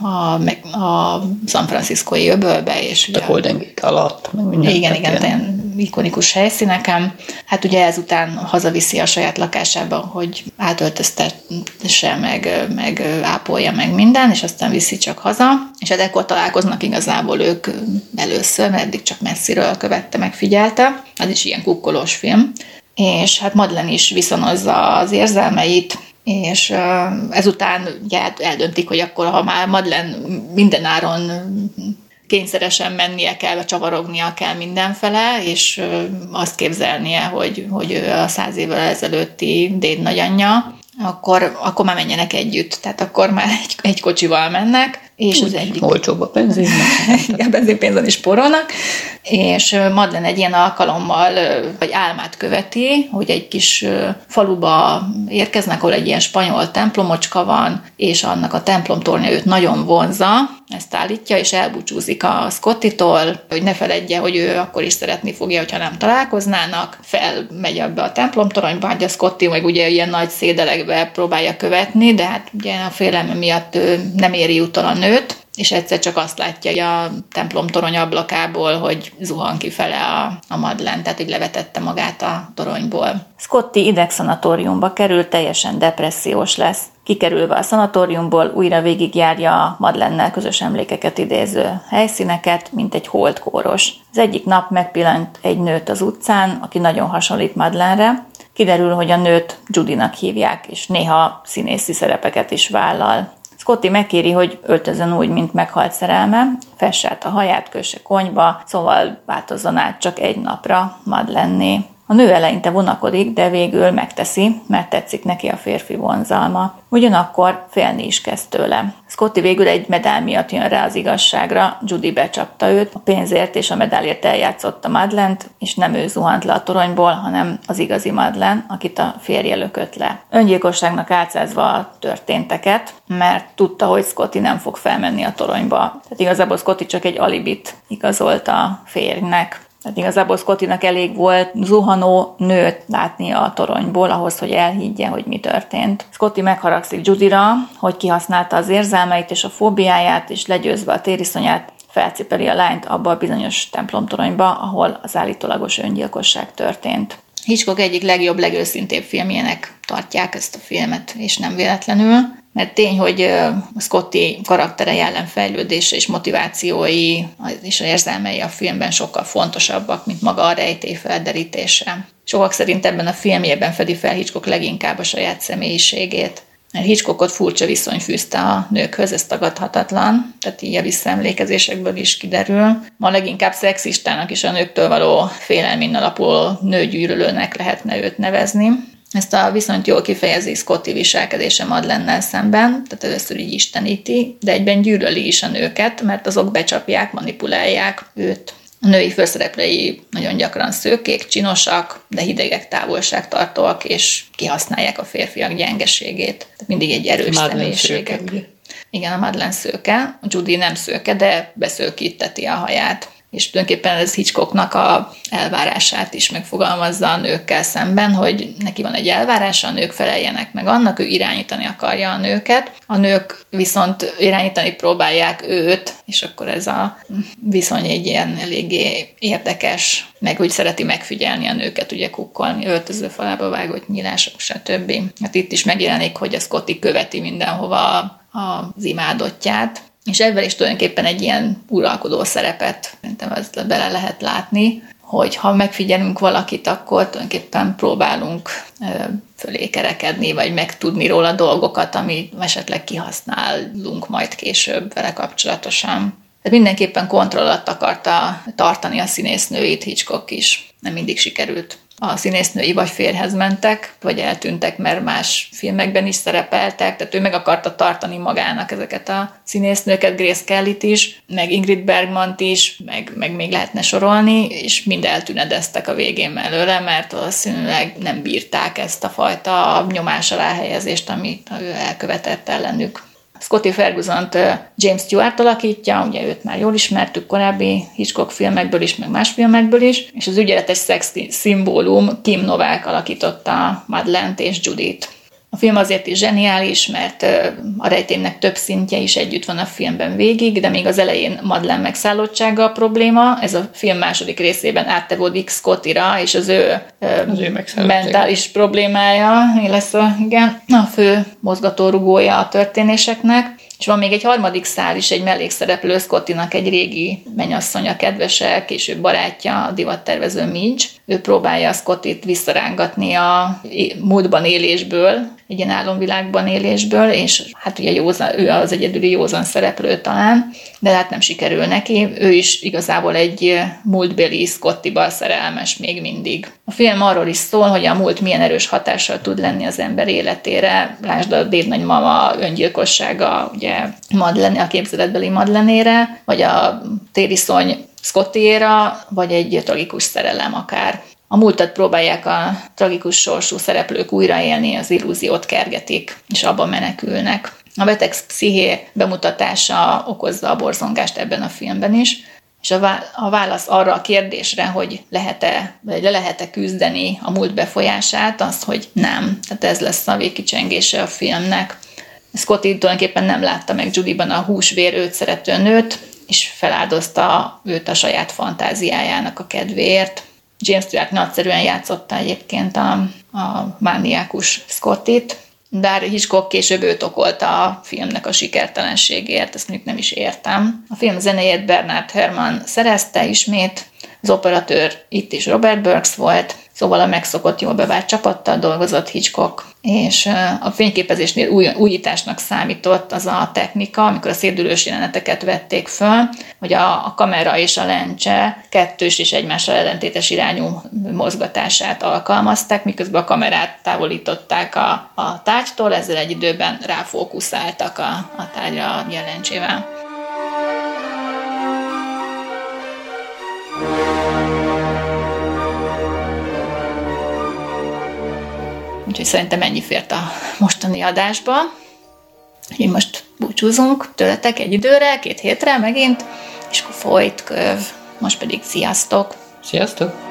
a San Franciscói öbölbe, és a Golden Gate alatt. Igen, ikonikus helyszíneken. Hát ugye ezután hazaviszi a saját lakásába, hogy átöltöztesse, meg ápolja meg minden, és aztán viszi csak haza. És hát ekkor találkoznak igazából ők először, mert eddig csak messziről követte, megfigyelte. Az is ilyen kukkolós film. És hát Madeleine is viszonozza az érzelmeit, és ezután ugye eldöntik, hogy akkor, ha már Madeleine mindenáron kényszeresen mennie kell, vagy csavarognia kell mindenfele, és azt képzelnie, hogy ő a 100 évvel ezelőtti Dade nagyanyja, akkor már menjenek együtt. Tehát akkor már egy kocsival mennek, és az egyik... Olcsóbb a benzin. Igen, benzinpénzen is porolnak, és Madeleine egy ilyen alkalommal, vagy álmát követi, hogy egy kis faluba érkeznek, ahol egy ilyen spanyol templomocska van, és annak a templomtornya őt nagyon vonzza, ezt állítja, és elbúcsúzik a Scottitól, hogy ne feledje, hogy ő akkor is szeretni fogja, hogyha nem találkoznának. Felmegy ebbe a templomtoronyba, hogy a Scotty meg ugye ilyen nagy szédelekbe próbálja követni, de hát ugye a félelme miatt ő nem éri utol a nőt, és egyszer csak azt látja a templomtorony ablakából, hogy zuhan kifele a Madeleine, tehát hogy levetette magát a toronyból. Scotty idegszanatóriumba kerül, teljesen depressziós lesz. Kikerülve a szanatóriumból újra végigjárja a Madeleine-nel közös emlékeket idéző helyszíneket, mint egy holdkóros. Az egyik nap megpillant egy nőt az utcán, aki nagyon hasonlít Madeleine-re. Kiderül, hogy a nőt Judynak hívják, és néha színészi szerepeket is vállal. Scotty megkéri, hogy öltözön úgy, mint meghalt szerelme, fesse át a haját, kösse konyba, szóval változzon át csak egy napra Madeleine-né. A nő eleinte vonakodik, de végül megteszi, mert tetszik neki a férfi vonzalma. Ugyanakkor félni is kezd tőle. Scotty végül egy medál miatt jön rá az igazságra, Judy becsapta őt, a pénzért és a medálért eljátszotta Madeleine-t, és nem ő zuhant le a toronyból, hanem az igazi Madeleine, akit a férje lökött le. Öngyilkosságnak álcázva a történteket, mert tudta, hogy Scotty nem fog felmenni a toronyba. Tehát igazából Scotty csak egy alibit igazolt a férjnek. Tehát igazából Scottynak elég volt zuhanó nőt látnia a toronyból ahhoz, hogy elhiggye, hogy mi történt. Scotty megharagszik Judyra, hogy kihasználta az érzelmeit és a fóbiáját, és legyőzve a tériszonyát felcipeli a lányt abba a bizonyos templomtoronyba, ahol az állítólagos öngyilkosság történt. Hitchcock egyik legjobb, legőszintébb filmjének tartják ezt a filmet, és nem véletlenül, mert tény, hogy Scotty karaktere, jellemfejlődése és motivációi és érzelmei a filmben sokkal fontosabbak, mint maga a rejtély felderítése. Sokak szerint ebben a filmjében fedi fel Hitchcock leginkább a saját személyiségét. Mert Hitchcockot furcsa viszony fűzte a nőkhöz, ez tagadhatatlan, tehát így a visszaemlékezésekből is kiderül. Ma leginkább szexistának és a nőktől való félelmén alapuló nőgyűlölőnek lehetne őt nevezni. Ezt a viszonyt jól kifejezi Scotty viselkedése Madeleine-nel szemben, tehát először így isteníti, de egyben gyűlöli is a nőket, mert azok becsapják, manipulálják őt. A női főszereplői nagyon gyakran szőkék, csinosak, de hidegek, távolságtartóak, és kihasználják a férfiak gyengeségét. Tehát mindig egy erős személyiségek. Igen, a Madeleine szőke, a Judy nem szőke, de beszőkíteti a haját. És tulajdonképpen ez Hitchcocknak a elvárását is megfogalmazza a nőkkel szemben, hogy neki van egy elvárása, a nők feleljenek meg annak, ő irányítani akarja a nőket. A nők viszont irányítani próbálják őt, és akkor ez a viszony egy ilyen eléggé érdekes, meg úgy szereti megfigyelni a nőket, ugye kukkolni, öltözőfalába vágott nyílások, stb. Hát itt is megjelenik, hogy a Scotty követi mindenhova az imádottját, és ebben is tulajdonképpen egy ilyen uralkodó szerepet szerintem ezt bele lehet látni, hogy ha megfigyelünk valakit, akkor tulajdonképpen próbálunk fölé kerekedni, vagy megtudni róla dolgokat, amit esetleg kihasználunk majd később vele kapcsolatosan. De mindenképpen kontroll alatt akarta tartani a színésznőit Hitchcock is. Nem mindig sikerült. A színésznői vagy férjhez mentek, vagy eltűntek, mert más filmekben is szerepeltek, tehát ő meg akarta tartani magának ezeket a színésznőket, Grace Kellyt is, meg Ingrid Bergmant is, meg még lehetne sorolni, és mind eltűnedeztek a végén mellőle, mert valószínűleg nem bírták ezt a fajta nyomás alá helyezést, amit ő elkövetett ellenük. Scotty Fergusont James Stewart alakítja, ugye őt már jól ismertük korábbi Hitchcock filmekből is, meg más filmekből is, és az ügyeletes szex szimbólum Kim Novák alakította Madeleine-t és Judyt. A film azért is zseniális, mert a rejtélynek több szintje is együtt van a filmben végig, de még az elején Madeleine megszállottsága a probléma. Ez a film második részében áttevődik Scottyra, és az ő mentális problémája lesz a fő mozgatórugója a történéseknek. És van még egy harmadik szál is, egy mellékszereplő, Scottynak egy régi mennyasszonya, kedvese, később barátja, a divattervező Midge. Ő próbálja a Scottyt visszarángatni a múltban élésből, egy ilyen álomvilágban élésből, és hát ugye ő az egyedüli józan szereplő talán, de hát nem sikerül neki. Ő is igazából egy múltbéli Scottyba szerelmes még mindig. A film arról is szól, hogy a múlt milyen erős hatással tud lenni az ember életére. Lásd a dédnagymama öngyilkossága, ugye Madeleine, a képzeletbeli Madeleine-ére, vagy a tériszony Scottyéra, vagy egy tragikus szerelem akár. A múltat próbálják a tragikus sorsú szereplők újraélni, az illúziót kergetik, és abban menekülnek. A beteg psziché bemutatása okozza a borzongást ebben a filmben is, és a válasz arra a kérdésre, hogy le lehet-e küzdeni a múlt befolyását, az, hogy nem. Tehát ez lesz a végkicsengése a filmnek. Scotty tulajdonképpen nem látta meg Judyban a húsvér őt szerető nőt, és feláldozta őt a saját fantáziájának a kedvéért. James Stewart nagyszerűen játszotta egyébként a mániákus Scottyt, bár Hitchcock később őt okolta a filmnek a sikertelenségért, ezt mondjuk nem is értem. A film zenéjét Bernard Herrmann szerezte ismét, az operatőr itt is Robert Burks volt, szóval a megszokott, jól bevált csapattal dolgozott Hitchcock, és a fényképezésnél újításnak számított az a technika, amikor a szédülős jeleneteket vették föl, hogy a kamera és a lencse kettős és egymással ellentétes irányú mozgatását alkalmazták, miközben a kamerát távolították a tárgytól, ezzel egy időben ráfókuszáltak a tárgyra a jelencsével. Úgyhogy szerintem ennyi fért a mostani adásba. Így most búcsúzunk tőletek egy időre, 2 hétre megint, és akkor folyt köv. Most pedig sziasztok! Sziasztok!